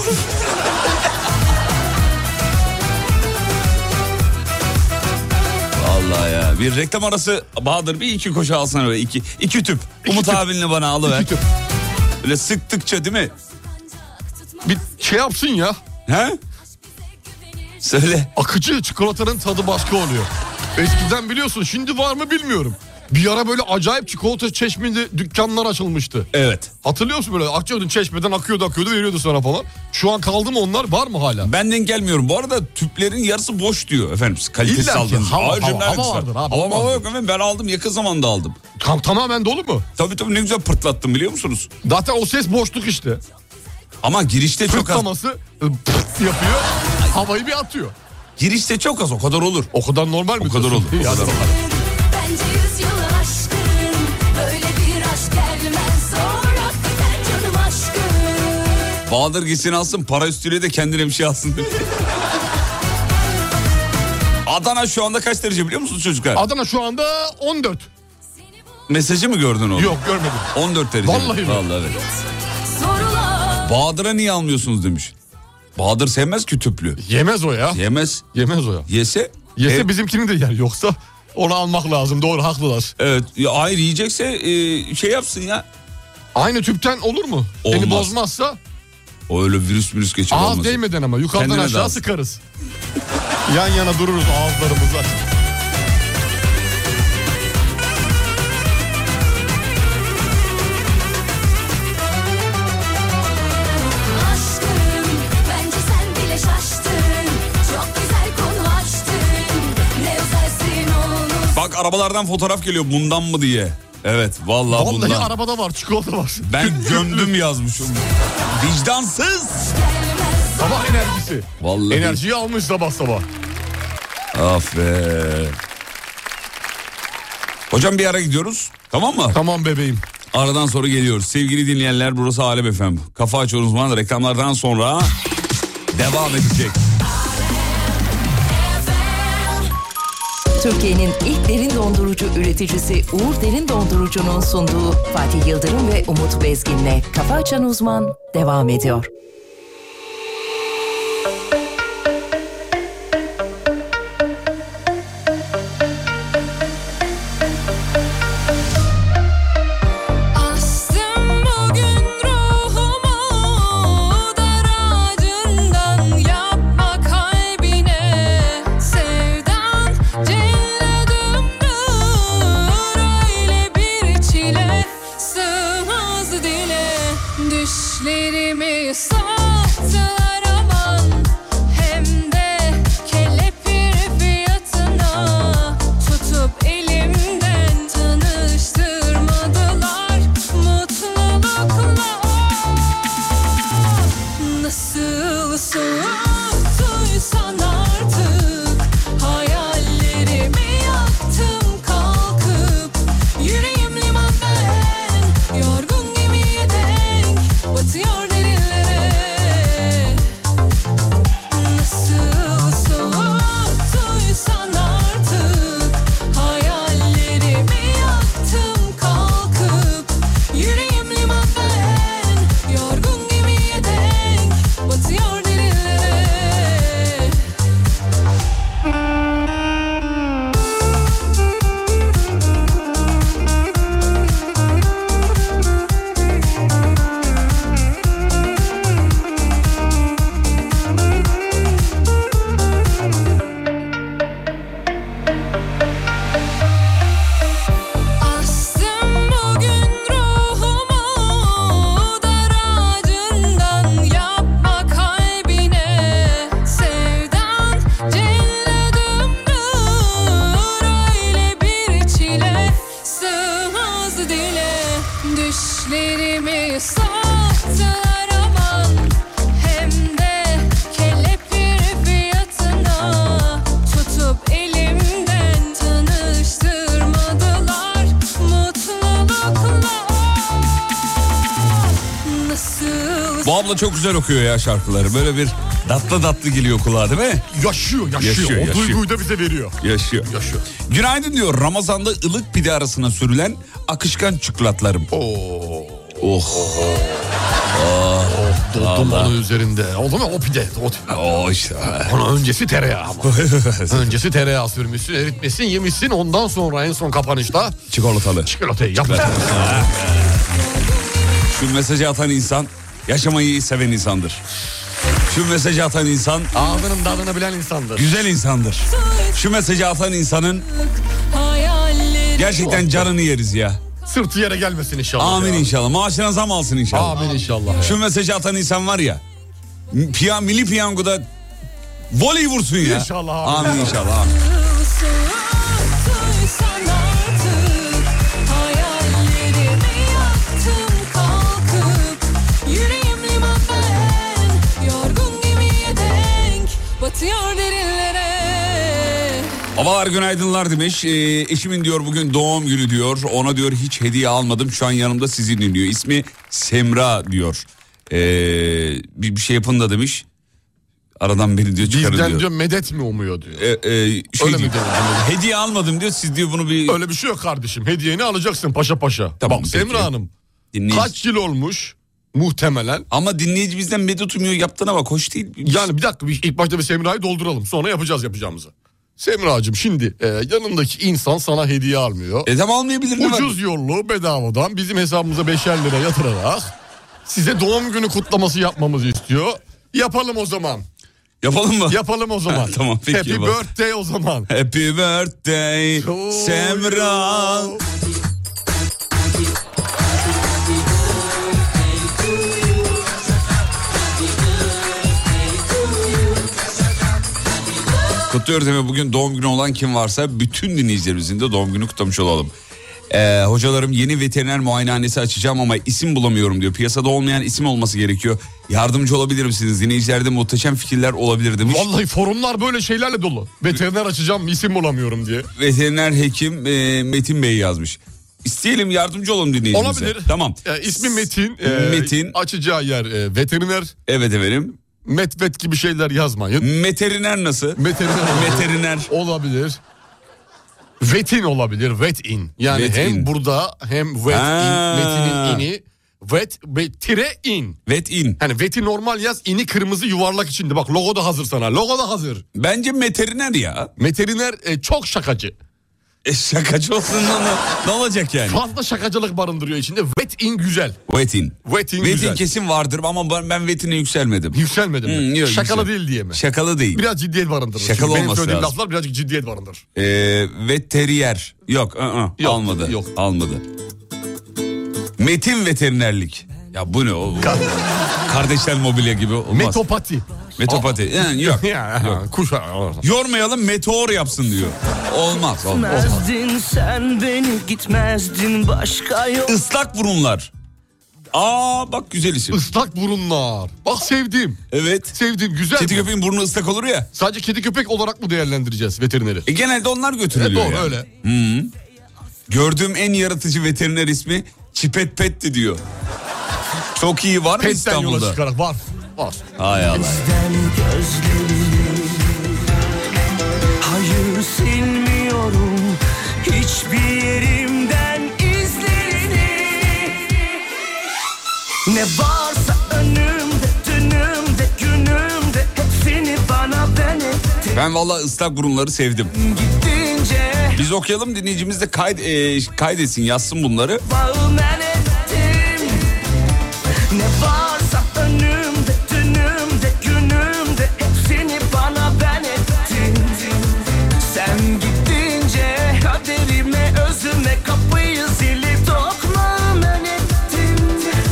Vallahi ya. Bir reklam arası Bahadır, bir iki koşu alsana böyle iki. iki tüp. Umut tüp. abinle bana alıver. İki tüp. Böyle sıktıkça değil mi? Bir şey yapsın ya. He? Söyle. Akıcı çikolatanın tadı başka oluyor. Eskiden biliyorsun, şimdi var mı bilmiyorum. Bir ara böyle acayip çikolata çeşmeli dükkanlar açılmıştı. Evet. Hatırlıyor musun böyle? Açıyordun, çeşmeden akıyordu akıyordu, veriyordu sana falan. Şu an kaldı mı onlar? Var mı hala? Ben denk gelmiyorum. Bu arada tüplerin yarısı boş diyor efendim. Kalitesiz İlla ki. aldığınız. Hava- Hayır, hava- canım, ne hava alakası var? vardır abi, Hava hava hava vardır. yok efendim. Ben aldım, yakın zamanda aldım. Tam tamamen dolu mu? Tabii tabii, ne güzel pırtlattım biliyor musunuz? Zaten o ses boşluk işte. Ama girişte çok az. Fırtlaması pırt yapıyor. Havayı bir atıyor. Girişte çok az, o kadar olur. O kadar normal mi? O kadar olur. O Ya, kadar olur. Bence yüzyıl aşkın, böyle bir aşk gelmez zor, hakikaten canım aşkın. Bahadır gitsin alsın, para üstüne de kendine bir şey alsın. Adana şu anda kaç derece biliyor musunuz çocuklar? Adana şu anda on dört. Mesajı mı gördün oğlum? Yok, görmedim. on dört derece. Vallahi mi? Vallahi evet. Sorular. Bahadır'a niye almıyorsunuz demiş. Bahadır sevmez ki tüplü. Yemez o ya. Yemez. Yemez o ya. Yese. Yese ev- bizimkini de yer, yoksa onu almak lazım. Doğru, haklılar. Evet. Ya hayır, yiyecekse e, şey yapsın ya. Aynı tüpten olur mu? Olmaz. Eli bozmazsa O öyle virüs virüs geçer ağız olmasın. değmeden, ama yukarıdan Kendine de aşağı alsın. sıkarız. Yan yana dururuz ağızlarımızla. Aşkım, bence sen bile şaştın. Çok güzel konu açtın. Ne özelsin onu. Bak arabalardan fotoğraf geliyor, bundan mı diye. Evet vallahi, Vallahi bundan. arabada var, çikolata var. Ben gömdüm yazmışım. Vicdansız. Sabah enerjisi. Vallahi. Enerjiyi almış sabah sabah. Aferin. Hocam bir ara gidiyoruz. Tamam mı? Tamam bebeğim. Aradan sonra geliyoruz. Sevgili dinleyenler, burası Alem F M. Kafa Açan Uzman reklamlardan sonra devam edecek. Türkiye'nin ilk derin dondurucu üreticisi Uğur Derin Dondurucu'nun sunduğu Fatih Yıldırım ve Umut Bezgin'le Kafa Açan Uzman devam ediyor. Astım bugün ruhumu dar ağacından, yapma kalbine sevdan celladımdır. Öyle bir çile sığmaz dile, düşlerimi sattılar aman, hem de kelepir fiyatına. Tutup elimden tanıştırmadılar mutlulukla. Nasıl soğuttuysan artık, hayallerimi yaktım kalkıp. Yüreğim liman ben, yorgun gemiye denk batıyor derinlere. Bu abla çok güzel okuyor ya şarkıları. Böyle bir tatlı tatlı geliyor kulağa değil mi? Yaşıyor, yaşıyor. Yaşıyor, o yaşıyor. duyguyu da bize veriyor. Yaşıyor. Yaşıyor. Günaydın diyor. Ramazan'da ılık pide arasına sürülen akışkan çikolatlarım. Oo. Oh. Oh, dumanı üzerinde. Oldu mu o pide? O, oh işte. Ona öncesi tereyağı ama. Öncesi tereyağı sürmüşsün, eritmişsin, yemişsin. Ondan sonra en son kapanışta çikolatalı. Çikolatayı yapmışsın. Şu mesajı atan insan yaşamayı seven insandır. Şu mesajı atan insan ağzının tadını bilen insandır. Güzel insandır. Şu mesajı atan insanın gerçekten canını yeriz ya. Sırtı yere gelmesin inşallah. Amin ya. İnşallah. Maaşına zam alsın inşallah. Amin inşallah. Şu mesajı atan insan var ya. Piyan, milli piyangoda voley vursun ya. İnşallah. Amin, amin inşallah. Amin. Havalar günaydınlar demiş. Ee, eşimin diyor bugün doğum günü diyor. Ona diyor hiç hediye almadım. Şu an yanımda sizi dinliyor. İsmi Semra diyor. Ee, bir, bir şey yapın da demiş. Aradan beni diyor çıkarın bizden diyor. diyor medet mi umuyor diyor. Ee, e, şey öyle diyor, mi diyor? Hediye almadım diyor. Siz diyor bunu bir... Öyle bir şey yok kardeşim. Hediyeni alacaksın paşa paşa. Tamam, bak Semra Hanım. Dinleyici... Kaç yıl olmuş? Muhtemelen. Ama dinleyici bizden medet umuyor yaptığına bak hoş değil. Yani bir dakika ilk başta bir Semra'yı dolduralım. Sonra yapacağız yapacağımızı. Semra'cığım şimdi e, yanındaki insan sana hediye almıyor. E tamam almayabilir mi? Ucuz yollu bedavadan bizim hesabımıza beşer lira yatırarak size doğum günü kutlaması yapmamızı istiyor. Yapalım o zaman. Yapalım mı? Yapalım o zaman. Tamam peki. Happy yapalım. birthday o zaman. Happy birthday Semra. Kutluyoruz değil mi? Bugün doğum günü olan kim varsa bütün dinleyicilerimizin de doğum günü kutlamış olalım. Ee, hocalarım yeni veteriner muayenehanesi açacağım ama isim bulamıyorum diyor. Piyasada olmayan isim olması gerekiyor. Yardımcı olabilir misiniz? Dinleyicilerde muhteşem fikirler olabilir demiş. Vallahi forumlar böyle şeylerle dolu. Veteriner açacağım isim bulamıyorum diye. Veteriner hekim e, Metin Bey yazmış. İsteyelim yardımcı olalım dinleyicimize. Olabilir. Tamam. E, ismi Metin. E, Metin. Açacağı yer e, veteriner. Evet efendim. Metvet gibi şeyler yazmayın. Meteriner nasıl? Meteriner. Meteriner. Olabilir. Vetin olabilir. Vetin. Yani Vet hem in. burada hem vet in. Metinin ini. Vet ve tire in. Vet in. Hani veti normal yaz, ini kırmızı yuvarlak içinde. Bak logo da hazır sana. Logo da hazır. Bence meteriner ya. Meteriner e, çok şakacı. E şakacı olsun ne, ne olacak yani? Fazla şakacılık barındırıyor içinde. Vet in güzel. Vetin. Vetin, Vetin güzel. kesin vardır ama ben, ben vetine yükselmedim. Yükselmedim mi? Hmm, yok, Şakalı yüksel. değil diye mi? Şakalı değil. Biraz ciddiyet barındırır. Şakalı Çünkü benim olması söylediğim lazım. laflar birazcık ciddiyet barındırır. Ee, veteriyer. Yok, ı-ı, Yok, almadı. yok. Almadı. Metin veterinerlik. Ya bu ne o? Kardeşler mobilya gibi olmaz. Metopati. Metopati. Yani yok. yok. Kuş. Yormayalım meteor yapsın diyor. Olmaz. Olmaz. Gitmezdin sen beni gitmezdin başka yok. Islak burunlar. Aa bak güzel isim. Islak burunlar. Bak sevdim. Evet. Sevdim güzel. Kedi mi? köpeğin burnu ıslak olur ya. Sadece kedi köpek olarak mı değerlendireceğiz veterineri? E genelde onlar götürülüyor. Evet, doğru yani. öyle. Hı. Gördüğüm en yaratıcı veteriner ismi Çipet Pet'ti diyor. Çok iyi var mı Petten İstanbul'da? yola çıkarak var. Var. Hay Allah. Hayır silmiyorum hiçbir yerimden izlerini. Ne varsa önümde, dünümde, günümde hepsini bana ben ettin. Ben vallahi ıslak burunları sevdim. Gittince Biz okuyalım, dinleyicimiz de kayd, e, kaydetsin, yazsın bunları. bağı men ettim. Ne varsa önümde, dünümde, günümde hepsini bana ben ettin. Sen gittince kaderime, özüme kapıyı zili tokma men ettin.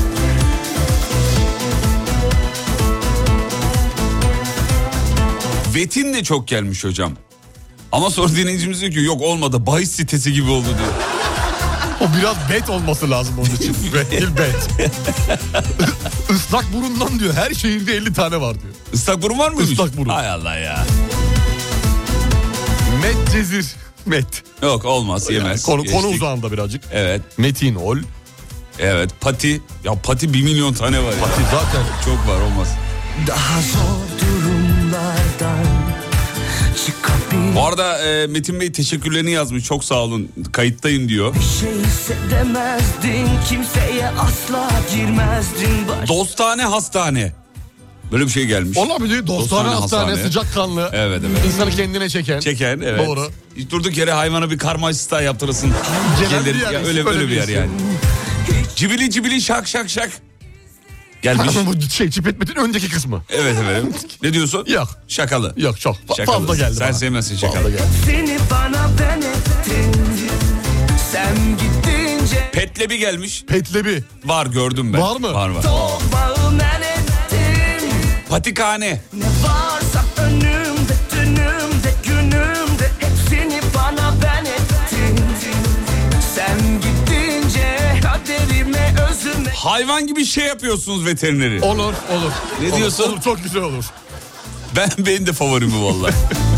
Vetin de çok gelmiş hocam. Ama sonra dinleyicimiz diyor ki yok olmadı, bahis sitesi gibi oldu diyor. O biraz bet olması lazım onun için. Bet değil bet. Islak burundan diyor her şehirde elli tane var diyor. Islak burun var mıymış? Islak burun. Hay Allah ya. Met cezir. Met. Yok olmaz, yemez. Yani konu, konu Geçtik. uzağında birazcık. Evet. Metinol. Evet, pati. Ya pati bir milyon tane var ya. Pati zaten çok var, olmaz. Daha zor durumlardan çıkabilir. Bu arada e, Metin Bey teşekkürlerini yazmış. Çok sağ olun. Kayıttayım diyor. Bir şey hissedemezdin, kimseye asla girmezdin. Baş... Dostane hastane. Böyle bir şey gelmiş. Olabilir. Dostane, Dostane hastane, hastane, sıcakkanlı. Evet evet. İnsanı kendine çeken. Çeken, evet. Doğru. Hiç durduk yere hayvana bir karma asistan yaptırırsın. Gelir, bir yer, ya, öyle öyle bir yer yani. Cibili cibili şak şak şak. Gelmiş. Ama bu şey Çipetmet'in önceki kısmı. Evet efendim. Ne diyorsun? Yok. Şakalı. Yok çok. Şakalı. Fazla geldi. Sen bana. sevmezsin şakalı. Seni bana ben ettin. Sen gittince. Petlebi gelmiş. Petlebi. Var, gördüm ben. Var mı? Var var. Doğmağı men ettin. Patikhane. Ne varsa önümde, dünümde, günümde hepsini bana ben ettin. Sen gittince kaderime, özüme. Hayvan gibi şey yapıyorsunuz veterineri. Olur olur. Ne olur, diyorsun? Olur, çok güzel olur. Ben benim de favorim bu vallahi.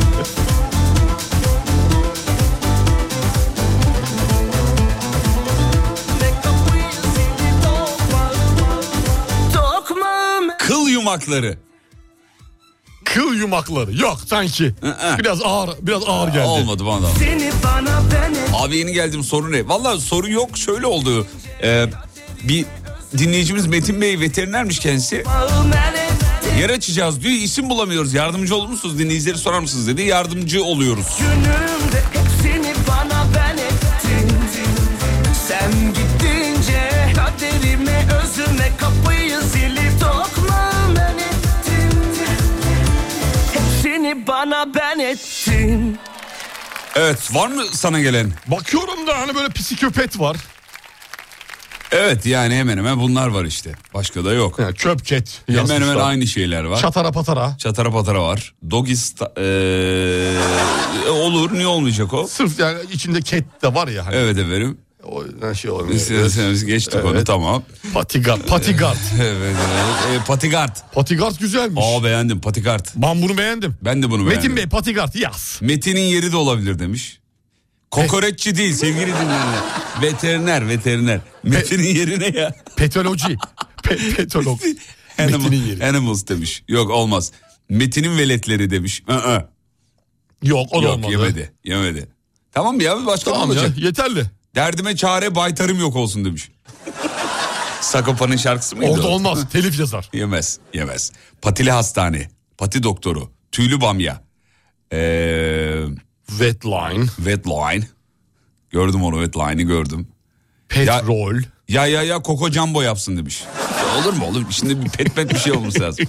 Kıl yumakları. Kıl yumakları. Yok sanki. Hı-hı. Biraz ağır, biraz ağır geldi. Olmadı bana da. Seni bana ben ettin. Abi yeni geldim, soru ne? Vallahi soru yok, şöyle oldu. Ee, bir dinleyicimiz Metin Bey veterinermiş kendisi. Yer açacağız diyor, isim bulamıyoruz. Yardımcı olur musunuz? Dinleyicileri sorar mısınız dedi. Yardımcı oluyoruz. Günümde hepsini bana ben ettin. Sen gittince kaderime, özüme kapıyı zili tokma ben ettin. Hepsini bana ben ettin. Evet, var mı sana gelen? Bakıyorum da hani böyle psikopet var. Evet, yani hemen hemen bunlar var işte. Başka da yok. Yani çöpket. Hemen yazmışlar. hemen aynı şeyler var. Çatara patara. Çatara patara var. Dogista ee, olur, niye olmayacak o? Sırf yani içinde ket de var ya. Hani. Evet efendim. O yani şey olmuyor. İsterseniz geçtik evet. Onu, tamam. Patigard. Patigard. evet evet. E, Patigard. Patigard güzelmiş. Aa, beğendim Patigard. Ben bunu beğendim. Ben de bunu beğendim. Metin Bey Patigard yaz. Metin'in yeri de olabilir demiş. Kokoreççi değil sevgili dinleyenler. Veteriner veteriner. Metin'in yeri ne ya? Petoloji. Pe- petolog. Animal, animals demiş. Yok olmaz. Metin'in veletleri demiş. I-ı. Yok o da Yok, olmadı. yemedi yemedi. Tamam ya, başka tamam olacak. Ya, yeterli. Derdime çare baytarım yok olsun demiş. Sagopa'nın şarkısı mıydı? Orada o? olmaz. Telif yazar. Yemez yemez. Patili hastane. Pati doktoru. Tüylü bamya. Eee... Wetline. Wetline. Gördüm onu, Wetline'i gördüm. Petrol. Ya ya ya, ya Coco Jumbo yapsın demiş. Ya olur mu olur? Şimdi bir pet pet bir şey olması lazım.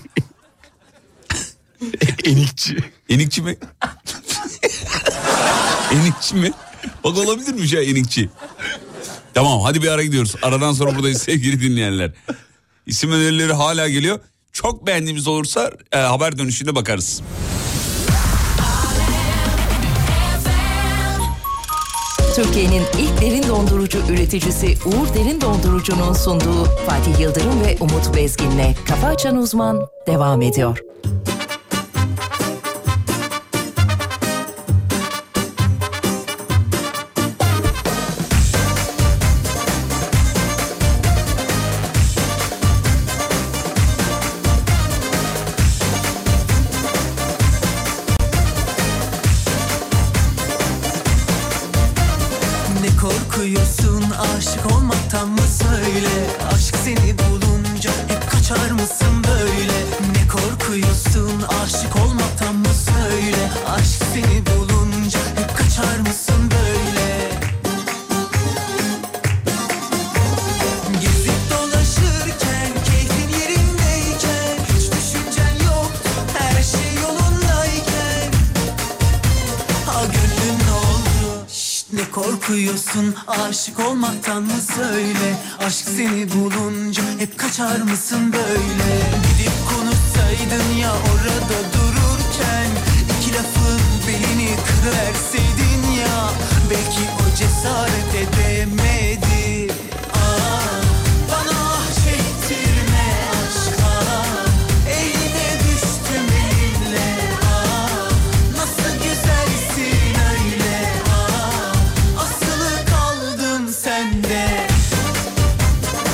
Enikçi. Enikçi mi? Enikçi mi? Bak olabilirmiş ya enikçi. Tamam hadi bir ara gidiyoruz. Aradan sonra buradayız sevgili dinleyenler. İsim önerileri hala geliyor. Çok beğendiğimiz olursa e, haber dönüşünde bakarız. Türkiye'nin ilk derin dondurucu üreticisi Uğur Derin Dondurucu'nun sunduğu Fatih Yıldırım ve Umut Bezgin'le Kafa Açan Uzman devam ediyor. Korkuyorsun aşık olmaktan mı söyle? Aşk seni bulunca hep kaçar mısın böyle? Ne korkuyorsun aşık olmaktan mı söyle? Aşk seni bulunca hep kaçar mısın böyle? Gezip dolaşırken keyfin yerindeyken hiç düşüncen yok, her şey yolundayken. Ha gönlüm ne oldu? Şşt, ne korkuyorsun aşık olmaktan mı söyle? Aşk seni bulunca hep kaçar mısın böyle? Gidip konuşsaydın ya orada dururken, iki lafın belini kırıverseydin ya, belki o cesaret edemedi. Aa, bana ah çektirme aşka, eline düştüm elinle. Aa, nasıl güzelsin öyle. Aa, asılı kaldım sende.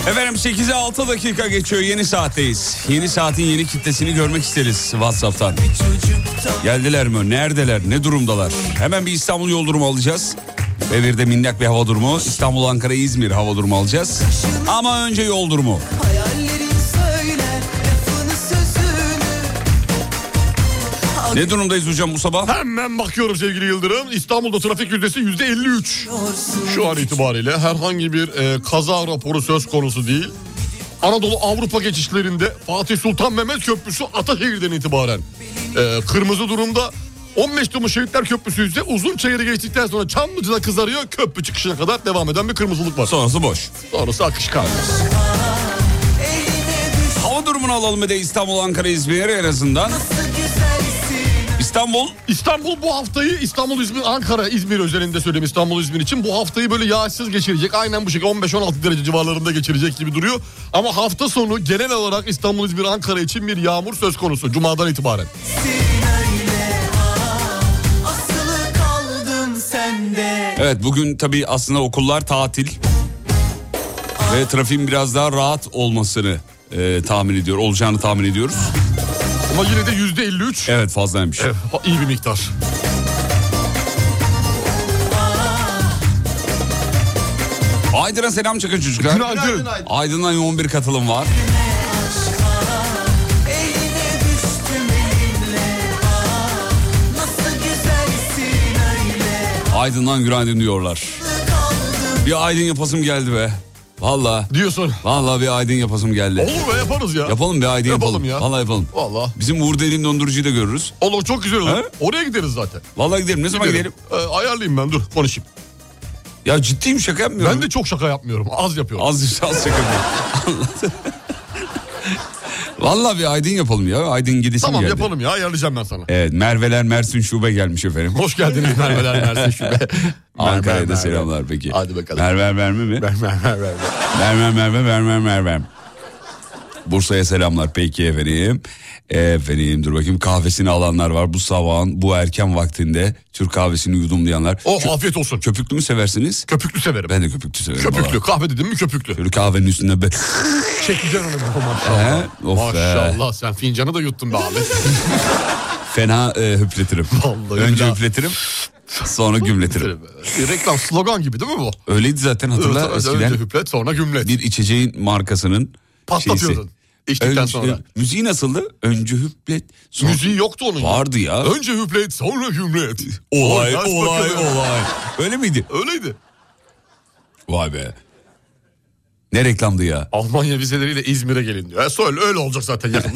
Efendim sekize altı dakika geçiyor, yeni saatteyiz. Yeni saatin yeni kitlesini görmek isteriz WhatsApp'tan. Geldiler mi? Neredeler? Ne durumdalar? Hemen bir İstanbul yol durumu alacağız. Ve bir de minnak bir hava durumu. İstanbul, Ankara, İzmir hava durumu alacağız. Ama önce yol durumu. Ne durumdayız hocam bu sabah? Hemen bakıyorum sevgili Yıldırım. İstanbul'da trafik yüzdesi yüzde elli üç. Şu an itibariyle herhangi bir e, kaza raporu söz konusu değil. Anadolu Avrupa geçişlerinde Fatih Sultan Mehmet Köprüsü Ataşehir'den itibaren e, kırmızı durumda. on beş Temmuz Şehitler Köprüsü ise Uzunçayır'ı geçtikten sonra Çamlıca'da kızarıyor. Köprü çıkışına kadar devam eden bir kırmızılık var. Sonrası boş. Sonrası akışkan. Hava durumunu alalım bir de İstanbul, Ankara, İzmir en azından. İstanbul. İstanbul bu haftayı İstanbul, İzmir, Ankara, İzmir özelinde söyleyeyim İstanbul, İzmir için. Bu haftayı böyle yağışsız geçirecek. Aynen bu şekilde on beş on altı derece civarlarında geçirecek gibi duruyor. Ama hafta sonu genel olarak İstanbul, İzmir, Ankara için bir yağmur söz konusu. Cuma'dan itibaren. Evet, bugün tabii aslında okullar tatil. Ve trafiğin biraz daha rahat olmasını e, tahmin ediyor, olacağını tahmin ediyoruz. Ama yine de yüzde elli üç. Evet, fazlaymış. Evet, iyi bir miktar. Aydın'a selam çakın çocuklar. Günaydın. Günaydın. Aydın'dan yoğun bir katılım var. Aydın'dan günaydın diyorlar. Bir Aydın yapasım geldi be. Vallahi. Diyorsun. Vallahi bir Aydın yapasım geldi. Olur be, yaparız ya. Yapalım bir Aydın yapalım. Yapalım ya. Vallahi yapalım. Vallahi. Bizim Uğur Derin Dondurucu'yu da görürüz. Olur, çok güzel olur. He? Oraya gideriz zaten. Vallahi gidelim. Ne zaman gidelim? Ee, ayarlayayım ben, dur konuşayım. Ya ciddiyim, şaka yapmıyorum. Ben de çok şaka yapmıyorum. Az yapıyorum. Az, az şaka yapıyorum. Vallahi bir Aydın yapalım ya. Aydın gidesim tamam, geldi. Tamam yapalım ya, ayarlayacağım ben sana. Evet, Merveler Mersin Şube gelmiş efendim. Hoş geldiniz Merveler Mersin Şube. Ankara'ya da selamlar peki. Hadi bakalım. Merver Merve mi? Merver Merve. Merver Merve Merver Merve. Bursa'ya selamlar peki efendim. Efendim dur bakayım, kahvesini alanlar var bu sabahın bu erken vaktinde Türk kahvesini yudumlayanlar. Oh, Kö- afiyet olsun. Köpüklü mü seversiniz? Köpüklü severim. Ben de köpüklü severim. Köpüklü, vallahi. kahve dedim mi köpüklü. Şöyle kahvenin üstünde be. Çekeceksin onu maşallah. He? Of maşallah be. Sen fincanı da yuttun be abi. Fena e, hüpletirim. Vallahi Önce billahi. hüpletirim, sonra gümletirim. Bir reklam slogan gibi değil mi bu? Öyleydi zaten, hatırla Evet, eskiden. önce hüplet sonra gümlet. Bir içeceğin markasının Patlatıyordun. şeysi. İçtikten Önce, sonra. Müziği nasıldı? Önce hüplet. Sonra... Müziği yoktu onun. Vardı ya. Önce hüplet sonra gümlet. Olay Oy, olay bakalım. olay. Öyle miydi? Öyleydi. Vay be. Ne reklamdı ya? Almanya vizeleriyle İzmir'e gelin diyor. E, söyle, öyle olacak zaten yakın.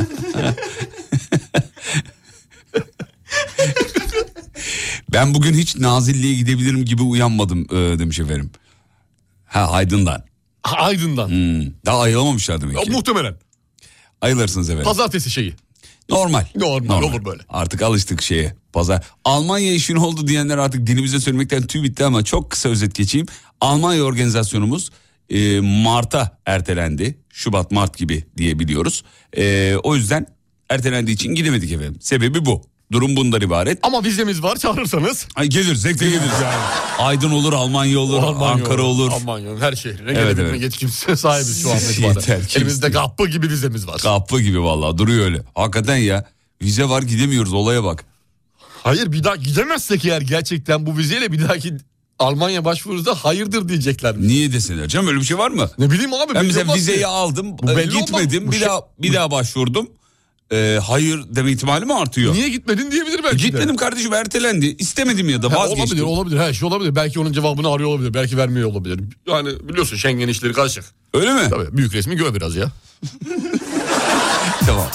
Ben bugün hiç Nazilli'ye gidebilirim gibi uyanmadım e, demiş efendim. Ha, Aydın'dan. Aydın'dan. Hmm. Daha ayılamamışlar demek Ya, ki. muhtemelen. Ayılırsınız efendim. Pazartesi şeyi. Normal. Normal, olur böyle. Artık alıştık şeye. Pazar. Almanya işin oldu diyenler artık dilimize söylemekten tüy bitti ama çok kısa özet geçeyim. Almanya organizasyonumuz e, Mart'a ertelendi. Şubat, Mart gibi diyebiliyoruz. E, o yüzden ertelendiği için gidemedik efendim. Sebebi bu. Durum bundan ibaret. Ama vizemiz var, çağırırsanız. Ay gelir, zevkle geliriz yani. Aydın olur, Almanya olur, Almanya Ankara olur. Almanya'nın her şehrine Evet, gelebilme evet. yetkimize sahibiz şu an Yeter, itibaren. kim Elimizde istiyor? kapı gibi vizemiz var. Kapı gibi vallahi duruyor öyle. Hakikaten ya. Vize var, gidemiyoruz, olaya bak. Hayır, bir daha gidemezsek eğer gerçekten bu vizeyle bir dahaki Almanya başvurursa hayırdır diyecekler. Niye deseler canım, öyle bir şey var mı? Ne bileyim abi. Ben belli mesela olmaz vizeyi ki. aldım, Bu e, belli gitmedim, olmaz. Bu bir şey- daha bir daha başvurdum. E, hayır deme ihtimali mi artıyor? Niye gitmedin diyebilir belki de. Gitmedim kardeşim, ertelendi. İstemedim ya da Ha, vazgeçtim. olabilir, olabilir. Her şey olabilir. Belki onun cevabını arıyor olabilir. Belki vermiyor olabilir. Yani biliyorsun Schengen işleri karışık. Öyle mi? Tabii, büyük resmi gör biraz ya. Tamam.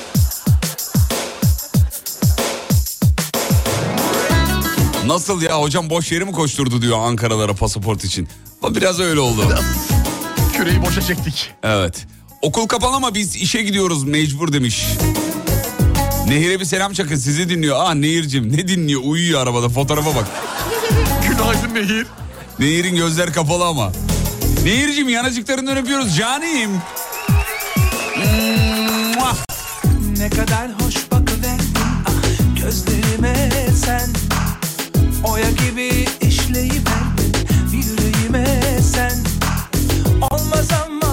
Nasıl ya hocam, boş yeri mi koşturdu diyor Ankaralara pasaport için. O biraz öyle oldu. Biraz küreği boşa çektik. Evet. Okul kapalı ama biz işe gidiyoruz mecbur demiş. Nehir'e bir selam çakın, sizi dinliyor. Ah Nehir'cim, ne dinliyor, uyuyor arabada, fotoğrafa bak. Günaydın Nehir. Nehir'in gözler kapalı ama. Nehir'cim yanacıklarından öpüyoruz canim. Ne kadar hoş bakıverdin ah gözlerime sen. Oya gibi işleyiverdin yüreğime sen. Olmaz ama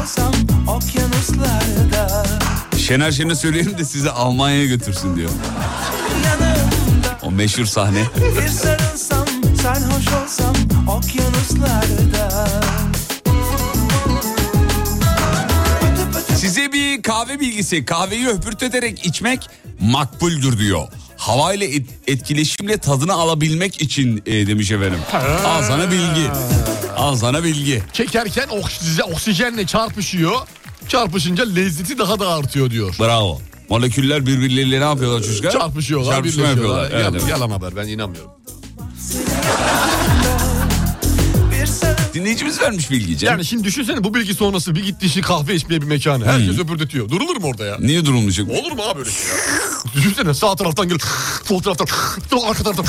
olsam okyanuslarda. Şener Şen'e söyleyelim de sizi Almanya'ya götürsün diyor. Yanımda O meşhur sahne. bir sarılsam, sarhoş olsam okyanuslarda. Size bir kahve bilgisi. Kahveyi höpürteterek içmek makbuldür diyor. Havayla et, etkileşimle tadını alabilmek için e, demiş efendim. Al sana bilgi. Al sana bilgi. Çekerken oksijen, oksijenle çarpışıyor. Çarpışınca lezzeti daha da artıyor diyor. Bravo. Moleküller birbirleriyle ne yapıyorlar çocuklar? Çarpışıyorlar, Çarpışma birleşiyorlar. yapıyorlar. Evet, Yalan, evet. yalan haber, ben inanmıyorum. Dinleyicimiz vermiş bilgi canım. Yani şimdi düşünsene, bu bilgi sonrası bir gitti işi kahve içmeye bir mekana. Herkes öpürdetiyor. Durulur mu orada ya? Niye durulmayacak? Olur mu abi öyle şey ya? Düşünsene, sağ taraftan gel, sol taraftan, arka taraftan.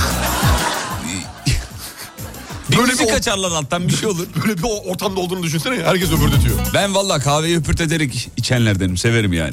Bir Böyle müzik bir or- kaçarlar alttan, bir şey olur. Böyle bir ortamda olduğunu düşünsene ya. Herkes öpürdetiyor. Ben vallahi kahveyi höpürteterek içenlerdenim. Severim yani.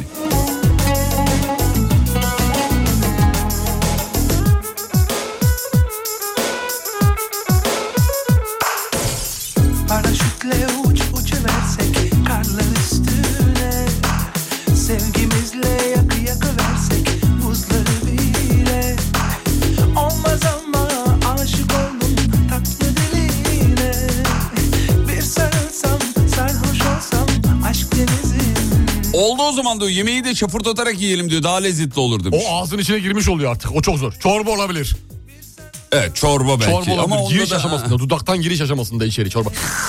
Paraşütle uç uçuversek karlar üstüne, sevgimizle yakı yakı versek buzları bile. Olmaz ama aşık oldum tatlı diline. Bir sarılsam, sarhoş olsam aşk denizin. Oldu o zaman diyor, yemeği de çapurdatarak yiyelim diyor, daha lezzetli olur demiş. O ağzın içine girmiş oluyor artık. O çok zor. Çorba olabilir. Evet, çorba belki. Çorba olabilir. Ama onda Giriş da- aşamasında, dudaktan giriş aşamasında içeri çorba.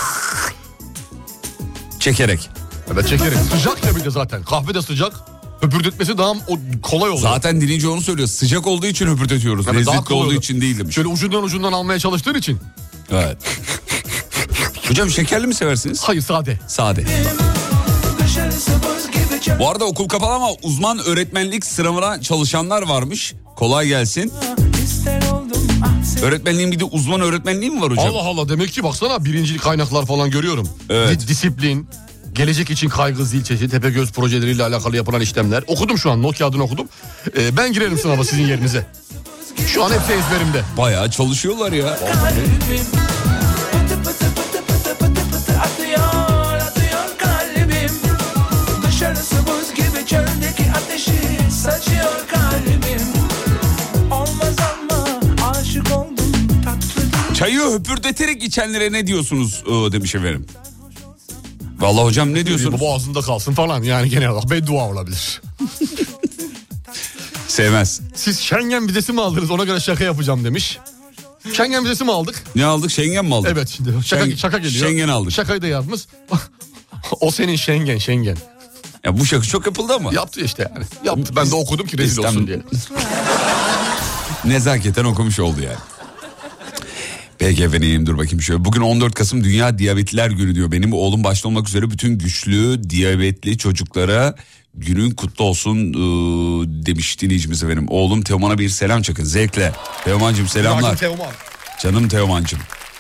Çekerek. Evet, çekerek. Sıcak ya bir de zaten. Kahve de sıcak. Höpürdetmesi daha o, kolay oluyor. Zaten dinleyici onu söylüyor. Sıcak olduğu için höpürdetiyoruz. Evet, daha Lezzetli kolay olduğu oluyor. için değil demiş. Şöyle ucundan ucundan almaya çalıştığın için. Evet. Hocam şekerli mi seversiniz? Hayır, sade. Sade. Dışarısı buz gibi çöp. Bu arada okul kapalı ama uzman öğretmenlik sınavına çalışanlar varmış. Kolay gelsin. İster oldum ah sen. Öğretmenliğin bir de uzman öğretmenliği mi var hocam? Allah Allah, demek ki baksana birincil kaynaklar falan görüyorum. Evet. Di- disiplin, gelecek için kaygı, zil çeşit, Tepegöz projeleriyle alakalı yapılan işlemler. Okudum şu an, not kağıdını okudum. Ee, ben girerim sınava sizin yerinize. Şu an hepsi ezberimde. Bayağı çalışıyorlar ya. Kalbim pıtı pıtı pıtı pıtı pıtı pıtı atıyor, atıyor kalbim. Dışarısı buz gibi çöldeki ateşi saçıyor kalbim. Olmaz ama aşık oldum tatlı değil. Çayı höpürdeterek içenlere ne diyorsunuz ee, demiş efendim. Vallahi hocam ne diyorsunuz? Bu boğazında kalsın falan, yani genel olarak beddua olabilir. Sevmez. Siz Schengen vizesi mi aldınız, ona göre şaka yapacağım demiş. Schengen vizesi mi aldık? Ne aldık? Şengen mi aldık? Evet, şimdi şaka, Schengen- şaka geliyor. Schengen aldık. Şakayı da yazmış. O senin Schengen, Schengen. Ya bu şaka çok yapıldı ama. Yaptı işte yani. Yaptı. Ben de okudum ki rezil Bizden- olsun diye. Nezaketen okumuş oldu yani. Peki efendim, dur bakayım şöyle. Bugün on dört Kasım Dünya Diyabetliler Günü diyor. Benim oğlum başta olmak üzere bütün güçlü diyabetli çocuklara günün kutlu olsun ıı, demiş dinleyicimiz efendim. Oğlum Teoman'a bir selam çakın zevkle. Teoman'cığım selamlar. Teoman. Canım Teoman'cığım.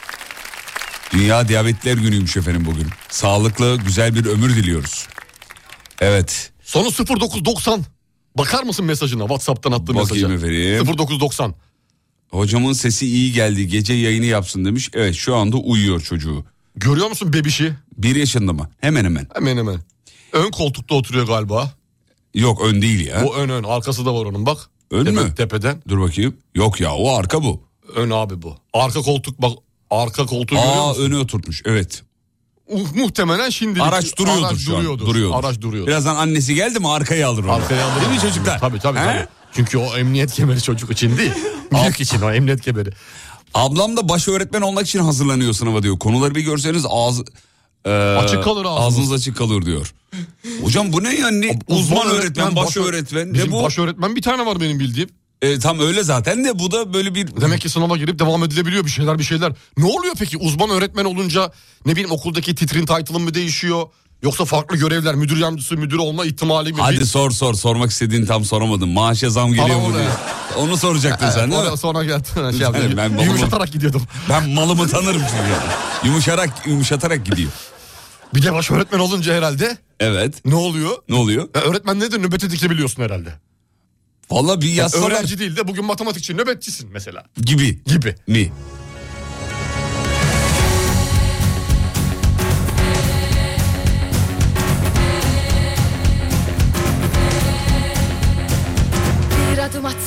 Dünya Diyabetliler Günü'ymüş efendim bugün. Sağlıklı güzel bir ömür diliyoruz. Evet. Sonu sıfır dokuz doksan. Bakar mısın mesajına? WhatsApp'tan attığı Bakayım mesaja. efendim. sıfır dokuz doksan. Hocamın sesi iyi geldi, gece yayını yapsın demiş. Evet, şu anda uyuyor çocuğu. Görüyor musun bebişi? Bir yaşında mı? Hemen hemen. Hemen hemen. Ön koltukta oturuyor galiba. Yok, ön değil ya. Bu ön ön. Arkası da var onun bak. Ön Tepe- mü? Tepeden. Dur bakayım. Yok ya, o arka bu. Ön abi bu. Arka koltuk bak. Arka koltuğu görüyor Aa, musun? öne oturtmuş. Evet. Uh, muhtemelen şimdi. Araç duruyordur Araç şu an. duruyordur. Duruyordur. Araç duruyor. Birazdan annesi geldi mi arkaya alır onu. Arkaya alır. Değil mi çocuklar? Tabii tabii. He? tabii. Çünkü o emniyet kemeri çocuk için değil. Büyük için o emniyet kemeri. Ablam da baş öğretmen olmak için hazırlanıyor sınava diyor. Konuları bir görseniz ağız... e, Açık kalır ağzınız. Ağzınız açık kalır diyor. Hocam bu ne yani? Uzman öğretmen, baş öğretmen. Ne Bizim bu? baş öğretmen bir tane var benim bildiğim. E, tam öyle zaten de bu da böyle bir... Demek ki sınava girip devam edilebiliyor bir şeyler bir şeyler. Ne oluyor peki uzman öğretmen olunca ne bileyim okuldaki titrin title'ın mı değişiyor? Yoksa farklı görevler, müdür yardımcısı, müdür olma ihtimali mi? Hadi Bir- sor sor, sormak istediğini tam soramadım. Maaşa zam geliyor Tamam, mu o diye. ne? Onu soracaktın sen değil mi? Sonra, sonra geldi. Şey yaptım. Ben babamı- Yumuşatarak gidiyordum. Ben malımı tanırım çünkü. Yumuşarak, yumuşatarak gidiyor. Bir de baş öğretmen olunca herhalde Evet. ne oluyor? Ne oluyor? Ya öğretmen nedir? Nöbete dikebiliyorsun herhalde. Vallahi bir Yani yazsalar öğrenci değil de bugün matematikçi nöbetçisin mesela. gibi. Gibi. Mi?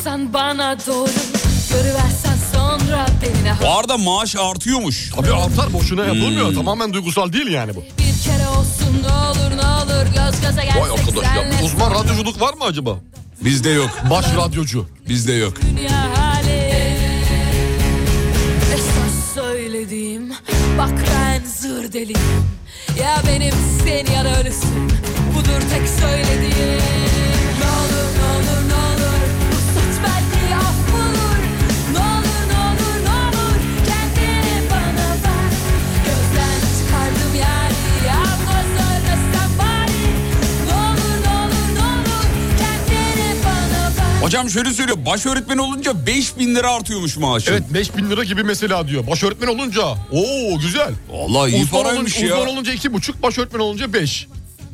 Yaklaşsan bana doğru, görüversen sonra beni ne. Bu arada maaş artıyormuş. Tabii artar, boşuna yapılmıyor. Hmm. Tamamen duygusal değil yani bu. Bir kere olsun ne olur ne olur göz göze gelsek. Vay arkadaş ya, uzman radyoculuk var mı acaba? Bizde yok. Baş radyocu. Bizde yok. Dünya hali. Esas söylediğim, bak ben zır deliyim. Ya benim sen ya da ölüsün, budur tek söylediğim. Ne olur ne olur ne olur, bu suç belki af bulur. Ne olur ne olur ne olur, kendini bana ver. Gözden çıkardım yani, yalnız ölmesen bari. Ne olur ne olur ne olur, kendini bana ver. Hocam şöyle söylüyor, baş öğretmen olunca beş bin lira artıyormuş maaşı. Evet, beş bin lira gibi mesela diyor. Baş öğretmen olunca ooo güzel. Vallahi iyi uzman paraymış olunca, ya. Uzman olunca iki buçuk, baş öğretmen olunca beş.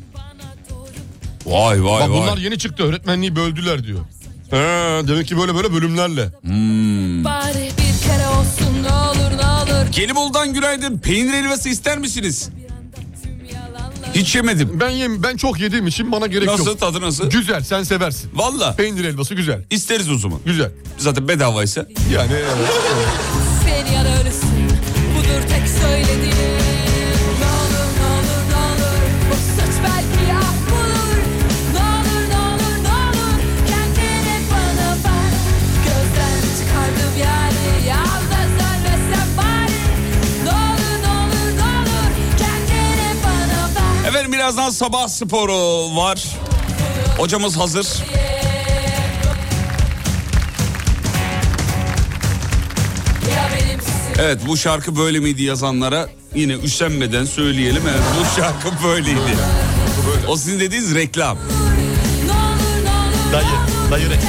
Vay vay Bak vay. bunlar yeni çıktı, öğretmenliği böldüler diyor. He, demek ki böyle böyle bölümlerle. Hmm. Bari bir kere olsun ne olur ne olur. Gelibolu'dan günaydın. Peynir helvası ister misiniz? Hiç yemedim. Ben yem, ben çok yediğim için bana gerek Nasıl, yok. tadı nasıl? Güzel, sen seversin. Valla. Peynir helvası güzel. İsteriz o zaman. Güzel. Zaten bedavaysa. Yani evet. Sen ya da ölüsün, budur tek söylediğim. Ne olur ne olur ne olur, bu suç belki af bulur. Ne olur ne olur ne olur, kendini bana ver. Gözden çıkardım yani, yalnız ölmesen bari. Ne olur ne olur ne olur, kendini bana ver. Efendim birazdan sabah sporu var. Hocamız hazır. Evet, bu şarkı böyle miydi yazanlara yine üşenmeden söyleyelim. Evet, bu şarkı böyleydi. O sizin dediğiniz reklam. Dayı, dayı reklam.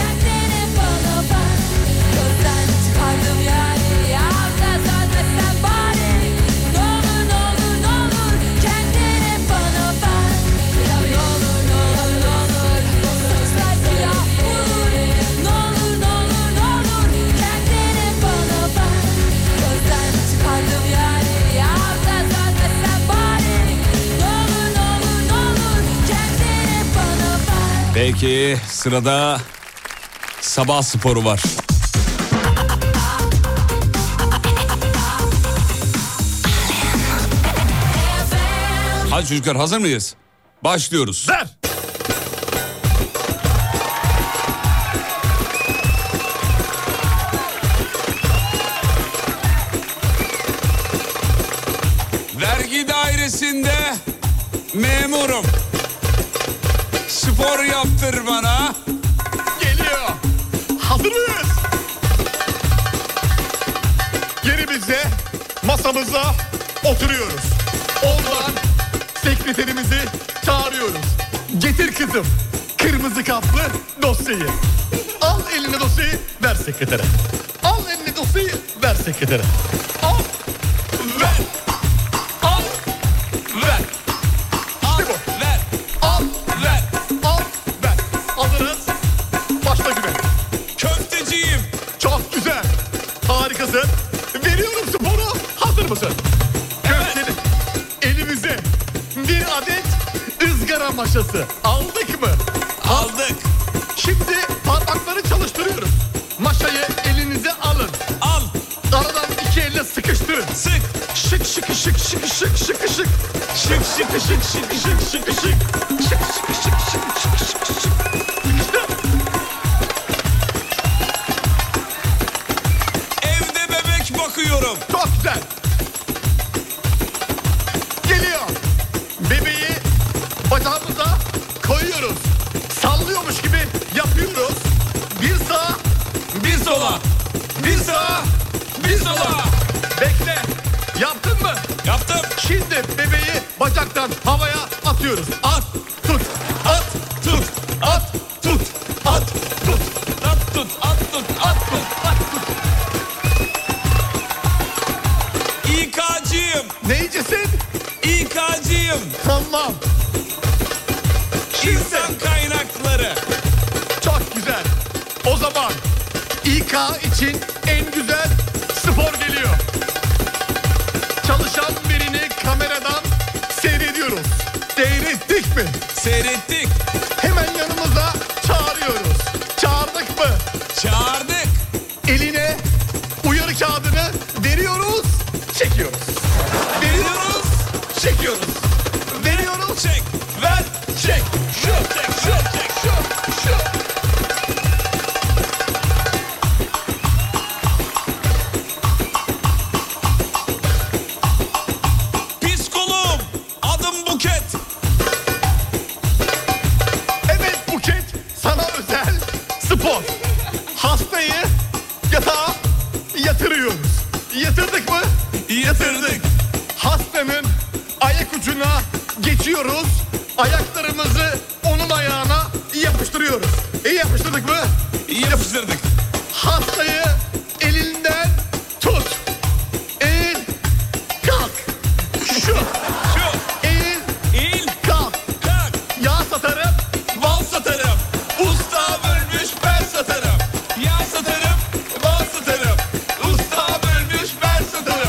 Peki sırada sabah sporu var. Hadi çocuklar, hazır mıyız? Başlıyoruz. Ver. Vergi dairesinde memurum. Spor yaptır bana. Geliyor. Hazır mıyız? Yerimize, masamıza oturuyoruz. Oradan sekreterimizi çağırıyoruz. Getir kızım kırmızı kaplı dosyayı. Al eline dosyayı, ver sekretere. Al eline dosyayı, ver sekretere. Al, ver. Al, ver. İşte bu. Ver. Al, ver. Al, ver. Hazırız. Başla güven. Köfteciyim. Çok güzel. Harikasın. Veriyorum sporu. Hazır mısın? Köfteli. Elimize bir adet ızgara maşası aldık mı? Aldık. Şimdi parmakları çalıştırıyoruz. Maşayı elinize alın. Al. Aradan iki elle sıkıştırın. Sık. Şık şık şık şık şık şık şık. Şık şık şık şık şık şık şık. Şık şık şık şık şık şık şık. Sıkıştır. Evde bebek bakıyorum. Çok güzel. Geliyor. Bebeği bacağımıza koyuyoruz. Sallıyormuş gibi yapıyoruz. Bir sağa, Bir sola. Bir sağa. Bir sola. bekle. Yaptın mı? Yaptım. Şimdi bebeği bacaktan havaya atıyoruz. At, tut, at, tut, at, tut, at, tut. At tut. At tut. At tut. At, tut. İK'cıyım. Neycisin? İK'cıyım. Tamam. İnsan kaynakları. Çok güzel. O zaman İK için en güzel spor geliyor. Çalışan birini kameradan seyrediyoruz. Seyrettik mi? Seyrettik. Hemen yanımıza çağırıyoruz. Çağırdık mı? Çağırdık. yatırdık. Hastanın ayak ucuna geçiyoruz. Ayaklarımızı onun ayağına yapıştırıyoruz. E yapıştırdık mı? Yapıştırdık. Hastayı elinden tut. Eğil, kalk. Şu. Şu. Eğil, eğil, kalk. Kalk. Yağ satarım, bal satarım. Usta bölmüş ben satarım. Yağ satarım, bal satarım. Usta bölmüş ben satarım.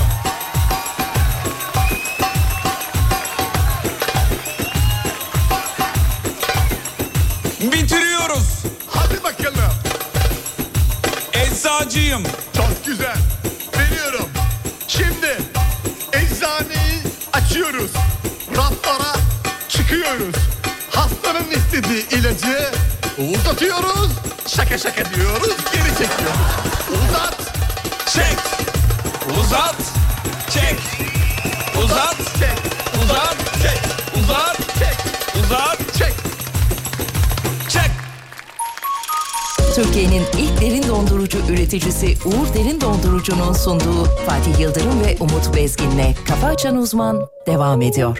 Bitiriyoruz. Hadi bakalım. Eczacıyım. Çok güzel. Veriyorum. Şimdi eczaneyi açıyoruz. Raflara çıkıyoruz. Hastanın istediği ilacı uzatıyoruz. Şaka şaka diyoruz. Geri çekiyoruz. Uzat. Çek. Uzat. Çek. Uzat. Çek. Uzat. Çek. Uzat. Çek. Uzat. Çek. Çek. Türkiye'nin ilk derin dondurucu üreticisi Uğur Derin Dondurucu'nun sunduğu Fatih Yıldırım ve Umut Bezgin'le Kafa Açan Uzman devam ediyor.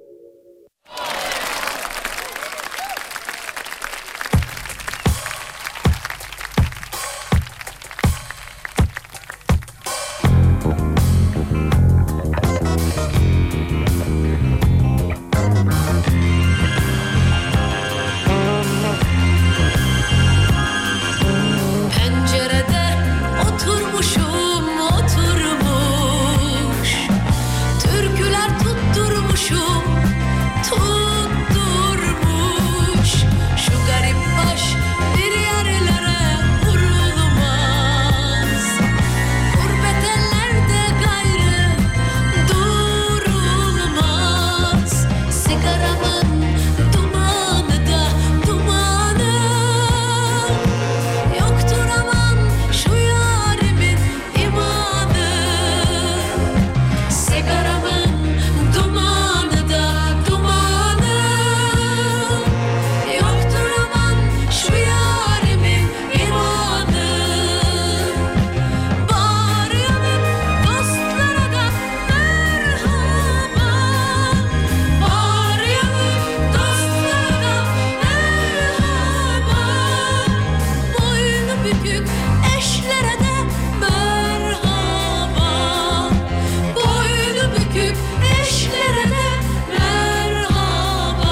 Pencerede oturmuşum oturmuş, türküler tutturmuşum tutturmuş. Şu garip baş bir yerlere vurulmaz, gurbet ellerde gayrı durulmaz. Sigaramın dumanı da dumanı, yoktur aman şu yarimin imanı. Sigaramın dumanı da dumanı, yoktur aman şu yarimin imanı. Bağırıyorum dostlara da merhaba, bağırıyorum dostlara da merhaba. Boynu bükük eşlere de merhaba, boynu bükük eşlere de merhaba.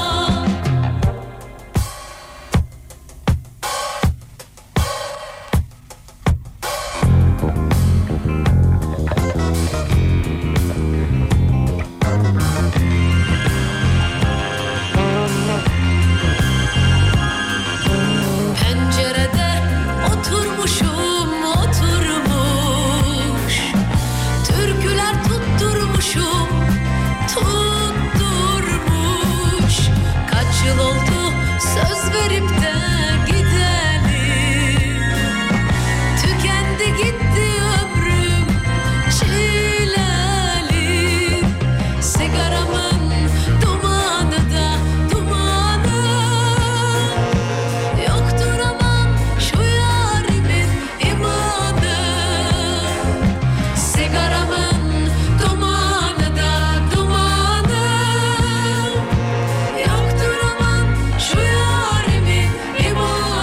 Pencerede oturmuşum oturmuş, türküler tutturmuşum tutturmuş. Kaç yıl oldu söz verip de gidelim, tükendi gitti ömrüm çileli. Sigaramın dumanı da dumanı, yoktur aman şu yarimin imanı. Sigaramın dumanı da dumanı, yoktur aman şu yarimin imanı.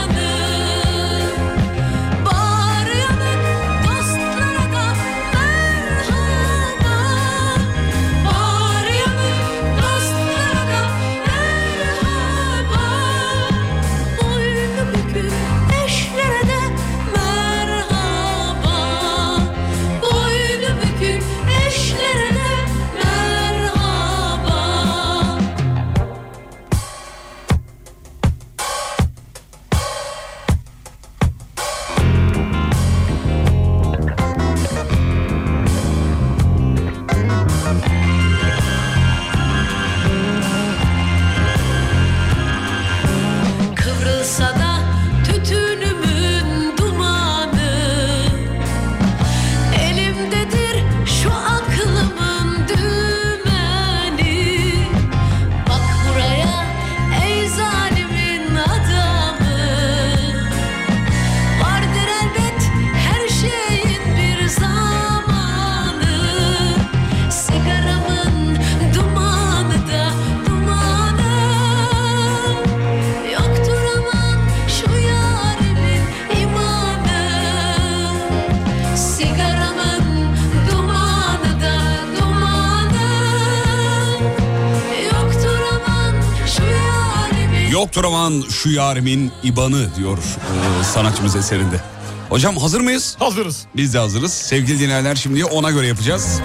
Yoktur aman şu yarimin ibanı diyor e, sanatçımız eserinde. Hocam hazır mıyız? Hazırız. Biz de hazırız. Sevgili dinleyenler şimdi ona göre yapacağız.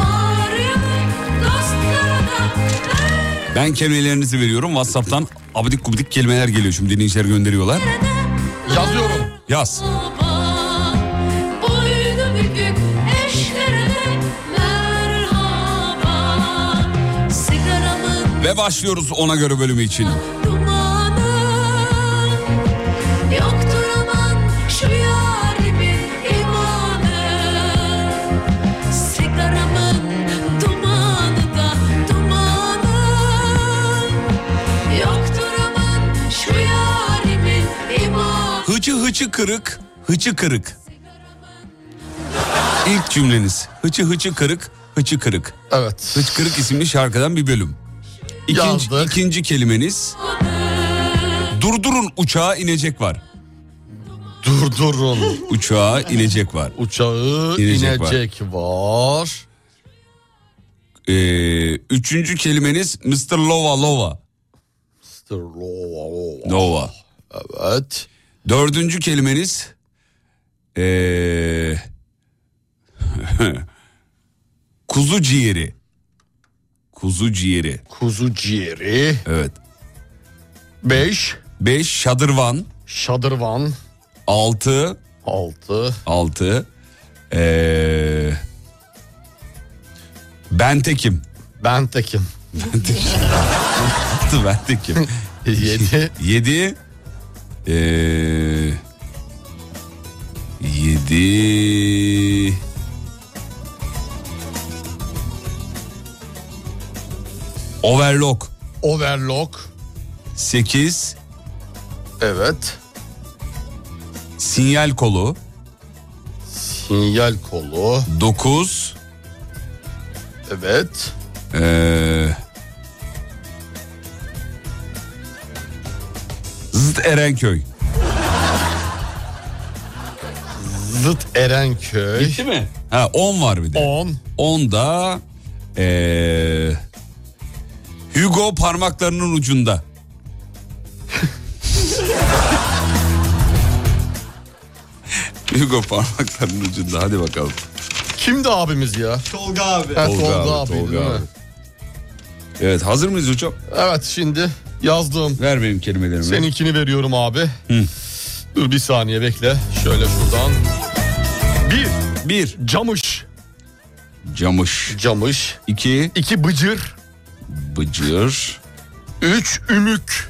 Ben kelimelerinizi veriyorum. WhatsApp'tan abidik gubidik kelimeler geliyor. Şimdi dinleyiciler gönderiyorlar. Yazıyorum. Yaz. Ve başlıyoruz ona göre bölümü için. Yoktur aman şu yarimin imanı, sigaramın dumanı da dumanı. Yoktur aman şu yarimin imanı. Hıçı hıçı kırık, hıçı kırık. İlk cümleniz. Hıçı hıçı kırık, hıçı kırık. Evet. Hıç kırık isimli şarkıdan bir bölüm. İkinci, ikinci kelimeniz. Durdurun uçağa inecek var. Durdurun. Uçağa inecek var. Uçağı İnecek inecek var. var. Ee, üçüncü kelimeniz mister Lova Lova. mister Lova Lova. Lova. Evet. Dördüncü kelimeniz. Ee, kuzu ciğeri. Kuzu ciğeri. Kuzu ciğeri. Evet. Beş. Beş şadırvan. Şadırvan. Altı. Altı. Altı. Ee, Bentekim. Bentekim. Bentekim. Altı Bentekim. Yedi. Yedi. Ee, yedi. Overlock. Overlock. Sekiz. Evet. Sinyal kolu. Sinyal kolu. Dokuz. Evet. Ee, Zıt Erenköy. Zıt Erenköy. Gitti mi? Ha on var bir de. On. On da ee, Hugo parmaklarının ucunda. Hugo parmaklarının ucunda. Hadi bakalım. Kimdi abimiz ya? Tolga abi. Ha, Tolga, Tolga, abi, abi, Tolga değil mi? abi. Evet hazır mıyız hocam? Evet şimdi yazdım. Ver benim kelimelerimi. Seninkini veriyorum abi. Hı. Dur bir saniye bekle. Şöyle şuradan. Bir. Bir. Camış. Camış. Camış. İki. İki bıcır. Bıcır. Üç ümük.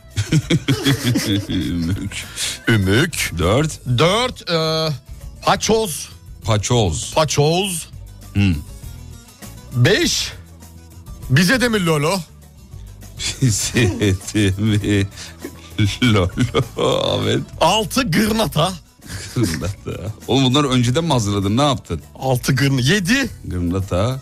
Ümük. Ümük. Dört. Dört. E, paçoz. Paçoz. Paçoz. Hı. Beş. Bize de mi Lolo? Bize de mi Lolo? Evet. Altı gırnata. Gırnata. Oğlum bunları önceden mi hazırladın? Ne yaptın? Altı gırnata. Yedi. Gırnata.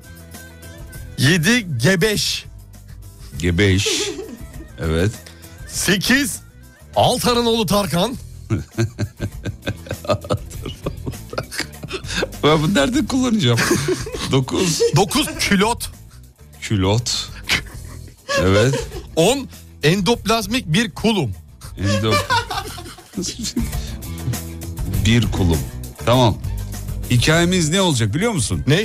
Yedi gebeş. Gebeş. Evet. Sekiz. Altan'ın oğlu Tarkan. Ben bunu nerede kullanacağım? Dokuz. Dokuz külot. Külot. Evet. On. Endoplazmik bir kulum. Endo... Bir kulum. Tamam. Hikayemiz ne olacak biliyor musun? Ne?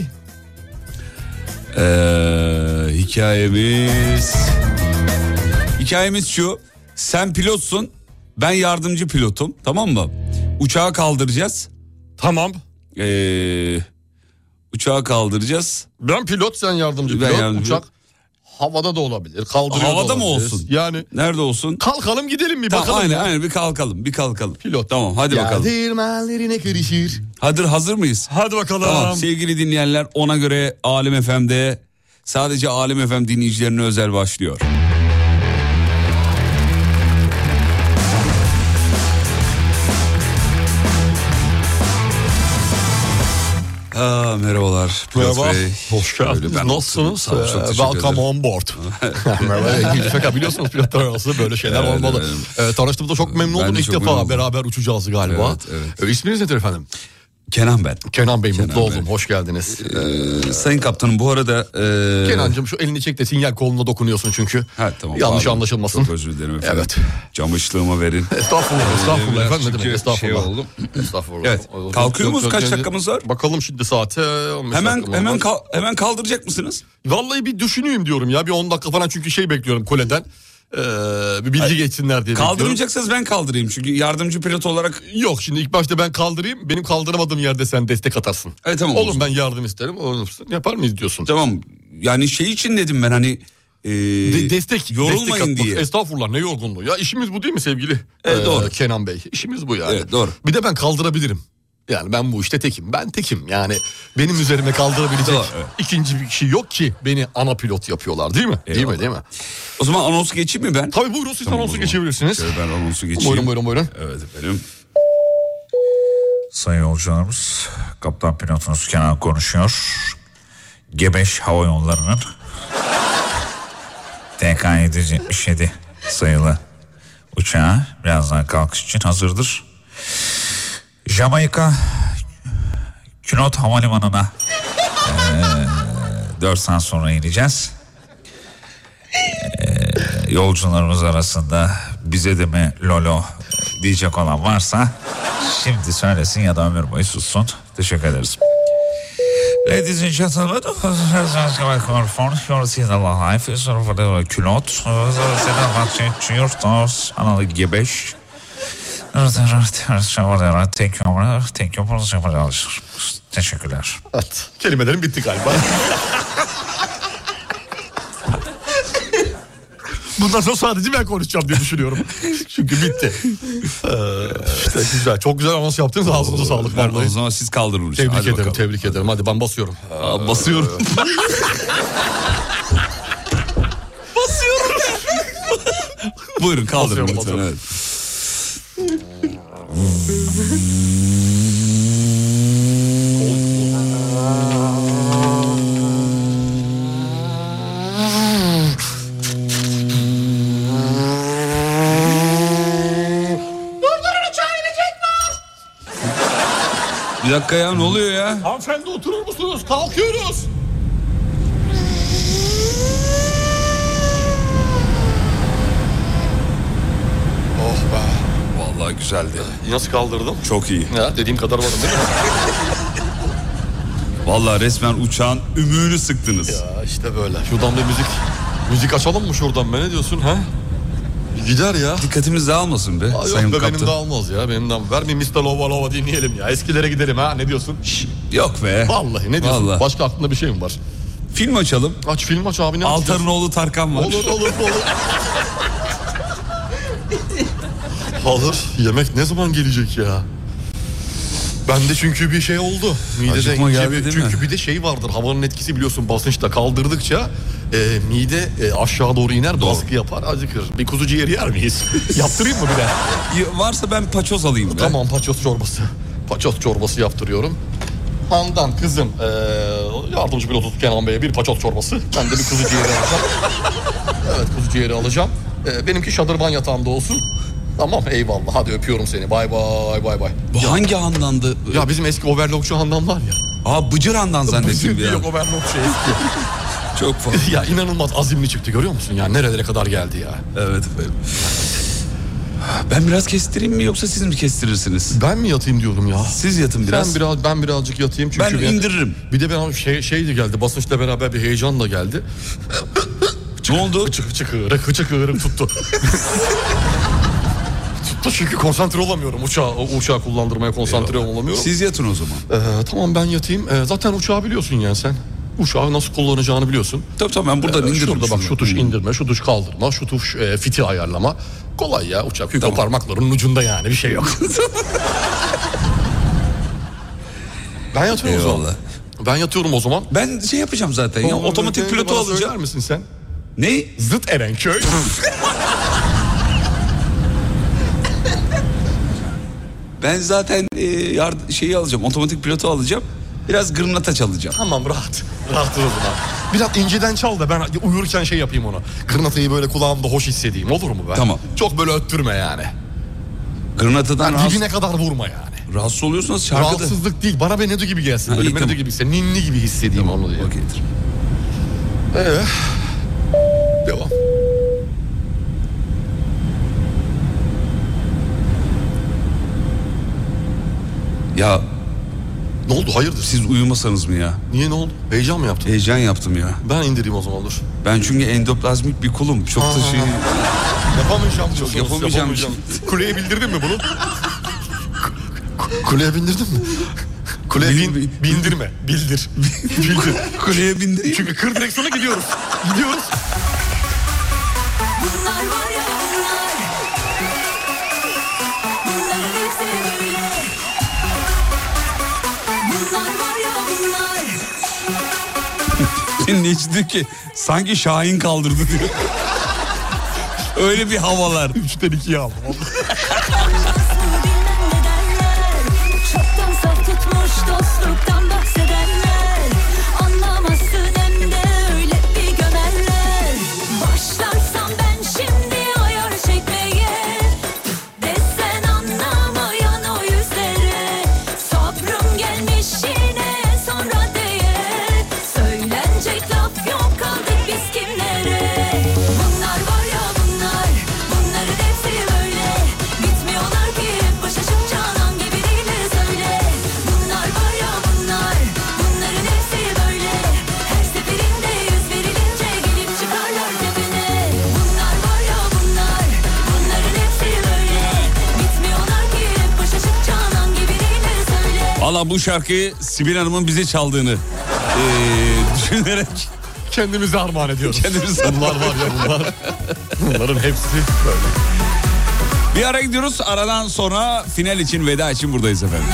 Ee, hikayemiz... Hikayemiz şu. Sen pilotsun. Ben yardımcı pilotum. Tamam mı? Uçağı kaldıracağız. Tamam. Ee, uçağı kaldıracağız. Ben pilot, sen yardımcı Ben pilot. yardımcı Uçak havada da olabilir. Kaldırıyor da Havada mı olabilir. olsun? Yani Nerede olsun? kalkalım gidelim bir Tamam, bakalım. aynen ya. aynen bir kalkalım bir kalkalım. Pilot. Tamam hadi bakalım. Değirmenlerine karışır. Hadi hazır mıyız? Hadi bakalım. Tamam sevgili dinleyenler, ona göre Alem F M'de sadece Alem F M dinleyicilerine özel başlıyor. Aa, merhabalar. Pilot Merhaba. Bey. Hoş geldiniz. Öyle ben Nasılsınız? Sağ olun, çok Ee, teşekkür Welcome ederim. on board. Merhaba. Şaka biliyorsunuz, pilotlar arası böyle şeyler Evet, olmalı. evet. Ee, tanıştığımda çok memnun Ben oldum. de İlk çok defa memnun oldum. beraber uçacağız galiba. Evet, evet. Ee, isminiz nedir efendim? Kenan ben. Kenan Bey Kenan mutlu Bey. oldum. Hoş geldiniz. Ee, Sayın Kaptanım bu arada... E... Kenancığım şu elini çek de sinyal koluna dokunuyorsun çünkü. Ha, tamam, Yanlış pardon. anlaşılmasın. Çok özür dilerim efendim. Evet. Camışlığımı verin. Estağfurullah, estağfurullah Biraz efendim. Ne çünkü demek, estağfurullah. şey oldu. Estağfurullah. Evet. Kalkıyor muyuz? Kaç dakikamız var? Bakalım şimdi saate. Hemen hemen kal- hemen kaldıracak mısınız? Vallahi bir düşüneyim diyorum ya. Bir on dakika falan çünkü şey bekliyorum kuleden. Ee, bir bilgi Hayır. geçsinler diye kaldırmayacaksanız ben kaldırayım çünkü yardımcı pilot olarak... Yok şimdi ilk başta ben kaldırayım, benim kaldıramadığım yerde sen destek atarsın. Evet tamam. Oğlum ben yardım isterim, olursun. Yapar mıyız diyorsun? Tamam yani şey için dedim ben hani... E, De- destek yorulmayın destek diye. Estağfurullah ne yorgunluğu ya, işimiz bu değil mi sevgili evet, ee, doğru. Kenan Bey, işimiz bu yani. Evet doğru. Bir de ben kaldırabilirim. Yani ben bu işte tekim. Ben tekim. Yani benim üzerime kaldırabilecek doğru, evet. ikinci bir kişi yok ki beni ana pilot yapıyorlar değil mi? Eyvallah. Değil mi? Değil mi? O zaman anonsu geçeyim mi ben? Tabii buyurun siz tamam, anonsu geçebilirsiniz. Şöyle ben anonsu geçeyim. Buyurun buyurun buyurun. Evet efendim. Sayın yolcularımız, kaptan pilotunuz Kenan konuşuyor. Gebeş Hava Yolları'nın T K yedi yüz yetmiş yedi sayılı uçağı birazdan kalkış için hazırdır. Jamaika Künot Havalimanı'na e, dört saat sonra ineceğiz. E, yolcularımız arasında bize de mi Lolo diyecek olan varsa şimdi söylesin ya da ömür boyu sussun. Teşekkür ederiz. Ladies and gentlemen, Künot Analı Gebeş. Teşekkürler. Evet, kelimelerim bitti galiba. Bundan sonra sadece ben konuşacağım diye düşünüyorum. Çünkü bitti. Ee, işte güzel, çok güzel anons yaptınız. Ağzınıza sağlık. Ben o zaman siz kaldırın. Tebrik Hadi ederim, bakalım. tebrik ederim. Hadi ben basıyorum. Aa, basıyorum. basıyorum. Buyurun kaldırın lütfen. Basıyorum, Evet. Bir dakika ya ne oluyor ya? Hanımefendi oturur musunuz? Kalkıyoruz. Oh be. Vallahi güzeldi. Nasıl kaldırdım? Çok iyi. Ya dediğim kadar varım değil mi? Vallahi resmen uçağın ümüğünü sıktınız. Ya işte böyle. Şuradan bir müzik. Müzik açalım mı şuradan be, ne diyorsun ha? Gider ya. Dikkatimiz dağılmasın be. Aa, Sayın yok be, Kaptan. benim dağılmaz ya. Benim dağılmaz. Ver bir mister Lova Lova dinleyelim ya. Eskilere gidelim ha, ne diyorsun? Şşş. Yok be. Vallahi ne diyorsun? Vallahi. Başka aklında bir şey mi var? Film açalım. Aç film aç abi, ne Altar'ın açacağız? oğlu Tarkan var. Olur olur olur. Alır. Yemek ne zaman gelecek ya? Bende çünkü bir şey oldu. Midede Acıkma ince geldi bir, değil çünkü mi? bir de şey vardır. Havanın etkisi biliyorsun, basınçta kaldırdıkça e, mide e, aşağı doğru iner, Doğru. baskı yapar, acıkır. Bir kuzu ciğeri yer miyiz? Yaptırayım mı bir de? Ya, varsa ben paçoz alayım be. Tamam, paçoz çorbası. Paçoz çorbası yaptırıyorum. Handan kızım, e, yardımcı pilotu Kenan Bey'e bir paçoz çorbası. Ben de bir kuzu ciğeri alacağım. Evet, kuzu ciğeri alacağım. E, benimki şadırvan yatağında olsun. Tamam, eyvallah. Hadi öpüyorum seni. Bay bay bay bay. Bu ya, hangi handandı? Ya bizim eski overlockçu Handan var ya. Aa, Bıcır Handan zannettim ya. Yok, overlockçu eski. Çok fazla. Ya inanılmaz azimli çıktı, görüyor musun ya? Nerelere kadar geldi ya. Evet efendim. Ben biraz kestireyim mi yoksa siz mi kestirirsiniz? Ben mi yatayım diyorum ya? Siz yatın biraz. Ben biraz ben birazcık yatayım çünkü ben indiririm. Bir de ben şey şey de geldi, basınçla beraber bir heyecan da geldi. Ne oldu? Hıçı hıçı kığırık, hıçı kığırık tuttu. Tuttu çünkü konsantre olamıyorum. Uçağı, uçağı kullandırmaya konsantre Eyvallah. olamıyorum. Siz yatın o zaman. Ee, tamam ben yatayım. Ee, zaten uçağı biliyorsun yani sen. Uçağı nasıl kullanacağını biliyorsun. Tabii tabii ben buradan ee, indiririm. Şurada bak, şunu. şu tuş indirme, şu tuş kaldırma, şu tuş e, fiti ayarlama. Kolay ya, uçak yukarı tamam. Parmakların ucunda yani, bir şey yok. Ben yatıyorum Eyvallah. o zaman. Ben yatıyorum o zaman. Ben şey yapacağım zaten ya, otomatik pilotu alacağım. Söyler misin sen? Ne? Zıt Erenköy. Ben zaten e, yard- şeyi alacağım, otomatik pilotu alacağım. Biraz gırnata çalacağım. Tamam, rahat. Rahat o zaman. Biraz inceden çal da ben uyurken şey yapayım onu. Gırnatayı böyle kulağımda hoş hissedeyim, olur mu be? Tamam. Çok böyle öttürme yani. Gırnatadan Yani rahatsız... dibine kadar vurma yani. Rahatsız oluyorsanız şarkıda. Rahatsızlık değil, bana Benedu gibi gelsin. Ha, Böyle iyi, Benedu tamam. gibi, sen ninni gibi hissedeyim Tamam, onu diye. okeydir. Evet. Devam. Ya Ne oldu, hayırdır? siz uyumasanız mı ya? Niye, ne oldu? Heyecan mı yaptın? Heyecan yaptım ya. Ben indireyim o zaman, dur. Ben çünkü endoplazmik bir kulum. Çok da şey... Yapamayacağım Çok diyorsunuz, yapamayacağım. Kuleye bildirdin mi bunu? Kuleye bindirdin mi? Kuleye Bil- bin, bindirme. Bildir. Bildir. Kuleye bindireyim. Çünkü kır direksiyona gidiyoruz. Gidiyoruz. Bunlar var ya bunlar. Bunların hepsi böyle. Bunlar var ya bunlar. Dinleyici diyor ki sanki Şahin kaldırdı diyor. Öyle bir havalar. Üçten ikiye aldım. Çoktan saf tutmuş dostluktan bahsedenler. Anlamazsın hem de öyle bir gömerler. Başlarsam ben şimdi ayar çekmeye. Desen anlamayan o yüzlere. Sabrım gelmiş yine sonra değer. Söylenecek laf yok, kaldık biz kimlere. Bunlar var ya bunlar. Bunların hepsi böyle. Gitmiyorlar ki hep baş açık canan gibi değiller söyle. Bunlar var ya bunlar. Bunların hepsi böyle. Her seferinde yüz verilince gelip çıkarlar tepene. Bunlar var ya bunlar. Bunların hepsi böyle. Gitmiyorlar ki hep baş açık canan gibi değiller söyle. Valla bu şarkıyı Sibel Hanım'ın bize çaldığını eee, düşünerek Kendimize armağan ediyoruz. Kendimize Bunlar var ya bunlar. Bunların hepsi böyle. bir ara gidiyoruz. Aradan sonra final için, veda için buradayız efendim.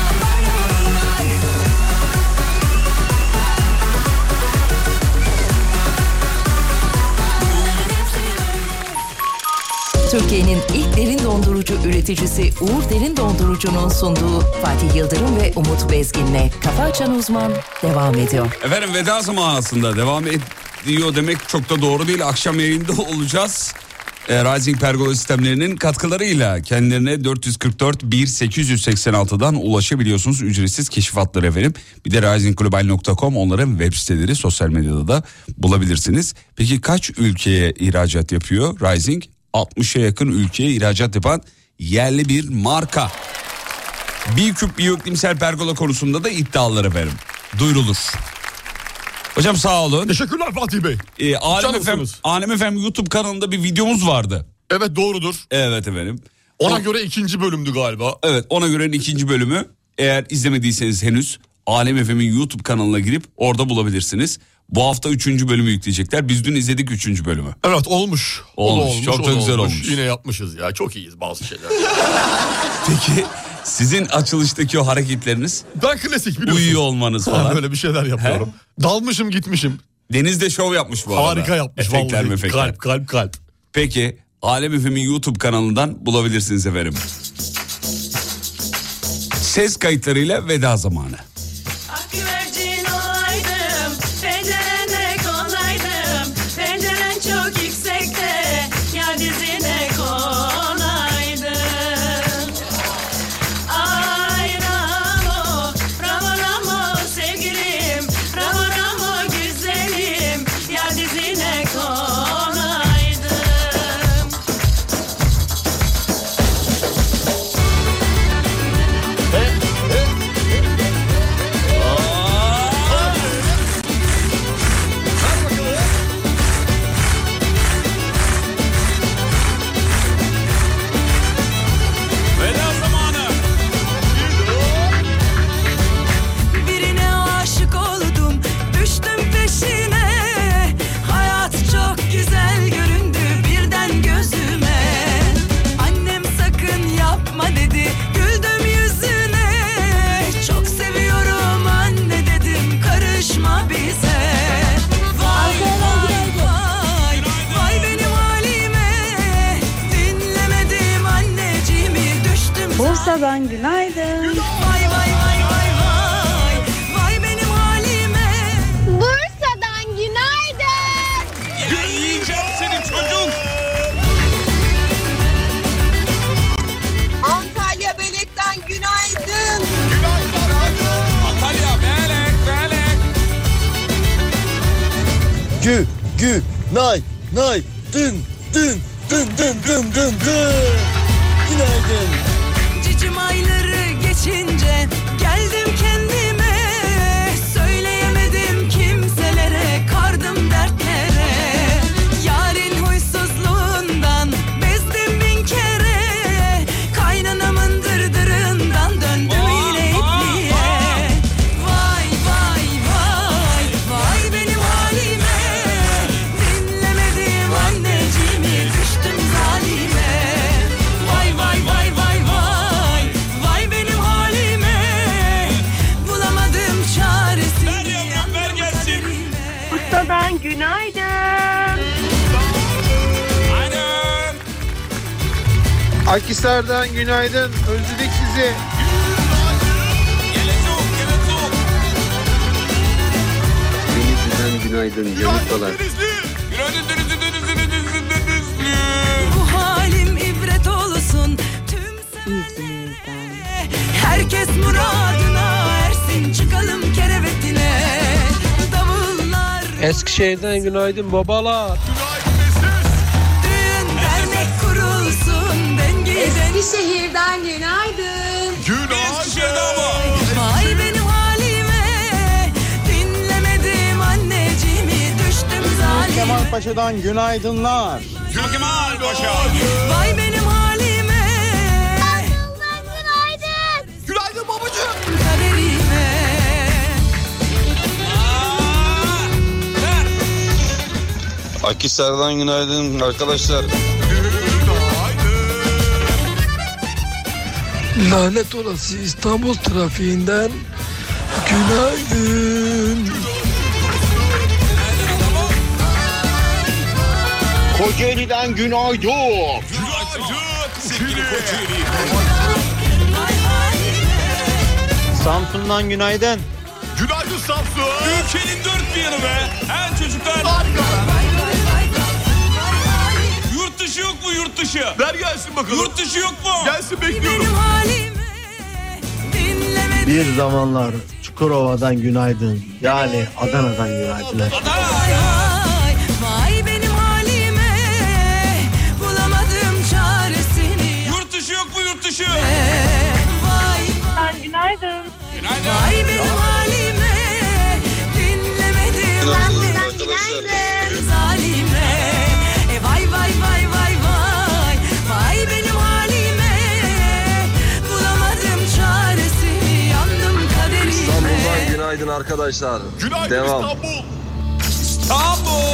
Türkiye'nin ilk derin dondurucu üreticisi Uğur Derin Dondurucu'nun sunduğu Fatih Yıldırım ve Umut Bezgin'le Kafa Açan Uzman devam ediyor. Efendim veda zamanı aslında devam ediyor demek çok da doğru değil. Akşam yayında olacağız. E, Rising Pergola sistemlerinin katkılarıyla kendilerine dört yüz kırk dört bir sekiz seksen altıdan ulaşabiliyorsunuz. Ücretsiz keşif hatları efendim. Bir de rising global nokta com onların web siteleri, sosyal medyada da bulabilirsiniz. Peki kaç ülkeye ihracat yapıyor Rising? altmışa yakın ülkeye ihracat yapan yerli bir marka. Bir küp biyoiklimsel pergola konusunda da iddialar efendim. Duyurulur. Hocam sağ olun. Teşekkürler Fatih Bey. Ee, Alem Efem, Canımsınız. Alem Efem YouTube kanalında bir videomuz vardı. Evet, doğrudur. Evet efendim. Ona O- göre ikinci bölümdü galiba. Evet, ona göre ikinci bölümü eğer izlemediyseniz henüz Alem Efem'in YouTube kanalına girip orada bulabilirsiniz. Bu hafta üçüncü bölümü yükleyecekler. Biz dün izledik üçüncü bölümü. Evet, olmuş. Olmuş, O da olmuş, çok o da güzel olmuş. Yine yapmışız ya, çok iyiyiz bazı şeyler. Peki sizin açılıştaki o hareketleriniz, Ben klasik biliyorsun. uyuyor olmanız Ha, falan. böyle bir şeyler yapıyorum. Dalmışım gitmişim. Deniz de şov yapmış bu arada. Harika yapmış Efektler vallahi. mefekler. Kalp kalp kalp. Peki Alem Efem'in YouTube kanalından bulabilirsiniz efendim. Ses kayıtlarıyla veda zamanı. Güvercin olaydım, pencerene konaydım. Penceren çok yüksekte, ya dizine konaydım. Ay Ramo, Ramo Ramo sevgilim, Ramo Ramo güzelim, ya dizine konaydım. Veda zamanı. Birine aşık oldum, düştüm peşine. Hayat çok güzel göründü birden gözüme. Annem sakın yapma dedi, güldüm yüzüne. Çok seviyorum anne dedim, karışma bize. Vay vay vay, vay benim halime. Dinlemedim anneciğimi, düştüm Bursa'dan günaydın. Vay vay vay vay vay, vay benim halime. Bursa'dan günaydın. Yiyeceğim seni çocuk. Antalya Belek'ten günaydın. Gü, nay, nay, dın, dın, dın, dın, dın, dın, dın. Günaydın. Cicim ayları geçince geldim kendime. Söyleyemedim kimselere, kardım dertlere. Yarın huysuzluğundan bezdim bin kere. Kaynanamın dırdırından döndüm yine ipliğe. Vay vay vay, vay benim halime. Dinlemedim anneciğimi, düştüm zalime. Vay vay vay vay vay, vay benim halime. Bulamadım çaresini. Ver yavrum, ver gelsin. Bursa'dan günaydın. Akhisar'dan günaydın. Özledik sizi. Denizli'den günaydın yanıktalar. Günaydın Denizli, Denizli, Denizli, Denizli. Bu halim ibret olsun tüm sevdiklere. Herkes muradına ersin, çıkalım kerevetine. Davullar Eskişehir'den günaydın babalar. düğün dernek kurulsun, dengi dengi. Eskişehir'den günaydın. Eskişehir'den bu. Vay benim halime, dinlemedim anneciğimi, düştüm zalime. Kemal Paşa'dan günaydınlar. Kemal Paşa. Vay benim halime, Günaydın. Günaydın babacığım. kaderime. Akhisar'dan günaydın arkadaşlar. Lanet olası İstanbul trafiğinden günaydın. Kocaeli'den günaydın. Günaydın sevgili Kocaeli. Samsun'dan günaydın. Günaydın Samsun. Ülkenin dört bir yanı be. He çocuklar. Yurt dışı yok mu yurt dışı? Ver gelsin bakalım. Yurt dışı yok mu? Gelsin bekliyorum. Benim halime, dinlemedim. Bir zamanlar Çukurova'dan günaydın. Yani Adana'dan günaydınlar. Vay vay, vay benim halime. Bulamadım çaresini. Yurt dışı yok mu yurt dışı? Vay Ben günaydın. Günaydın. vay benim halime. Dinlemedim Arkadaşlar. zalime. E vay vay vay vay vay, vay benim halime. Bulamadım çaresini, yandım kaderime. İstanbul'dan günaydın arkadaşlar. Günaydın Devam. İstanbul. İstanbul.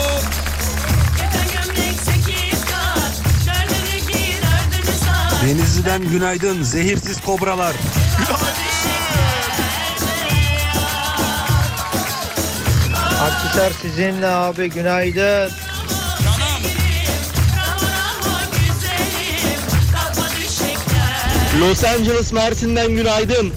Denizli'den günaydın zehirsiz kobralar. Akhisar sizinle abi günaydın. Los Angeles Mersin'den günaydın.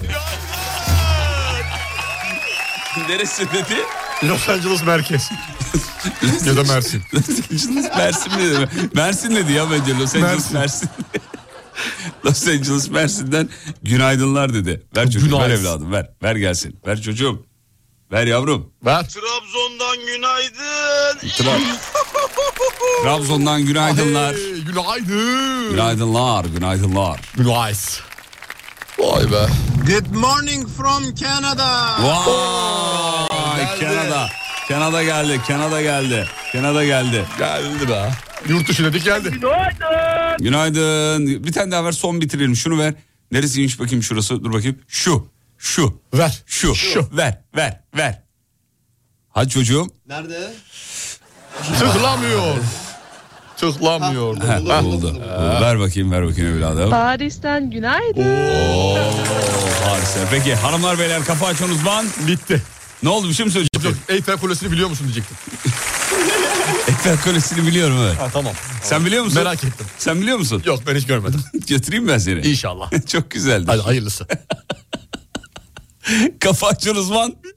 Neresi dedi? Los Angeles merkez. Ya da Mersin. Los Angeles Mersin mi dedi? Mersin dedi ya bence Los Angeles Mersin. Mersin. Los Angeles Mersin'den günaydınlar dedi. Ver çocuğum, Günaydın. ver evladım, ver. Ver gelsin. Ver çocuğum. Ver yavrum. Ver. Trabzon'dan günaydın. Tra- Trabzon'dan günaydınlar. Hey, günaydın. Günaydınlar, günaydınlar. Günaydın. Vay be. Good morning from Canada. Vay, geldi. Kanada. Kanada geldi, Kanada geldi. Kanada geldi. Geldi be. Yurt dışı dedik geldi. Günaydın. Günaydın. Bir tane daha ver, son bitirelim. Şunu ver. Neresiymiş bakayım şurası? Dur bakayım. Şu. Şu. Ver. Şu. Şu. Ver. Ver. Ver. Hadi çocuğum. Nerede? Tıklamıyor. Tıklamıyor. Ha, oldu. oldu. Ver bakayım, ver bakayım evladım. Paris'ten günaydın. Oo, harika. Peki hanımlar beyler, kafa açan uzman. Bitti. Ne oldu, bir şey mi söyleyecektin? Yok, Eyfel Kulesi'ni biliyor musun diyecektim. Eyfel Kulesi'ni biliyorum evet. Ha, tamam. Sen biliyor musun? Merak ettim. Sen biliyor musun? Yok, ben hiç görmedim. Götüreyim ben seni. İnşallah. Çok güzeldi. Hadi hayırlısı. Kafa açan uzman.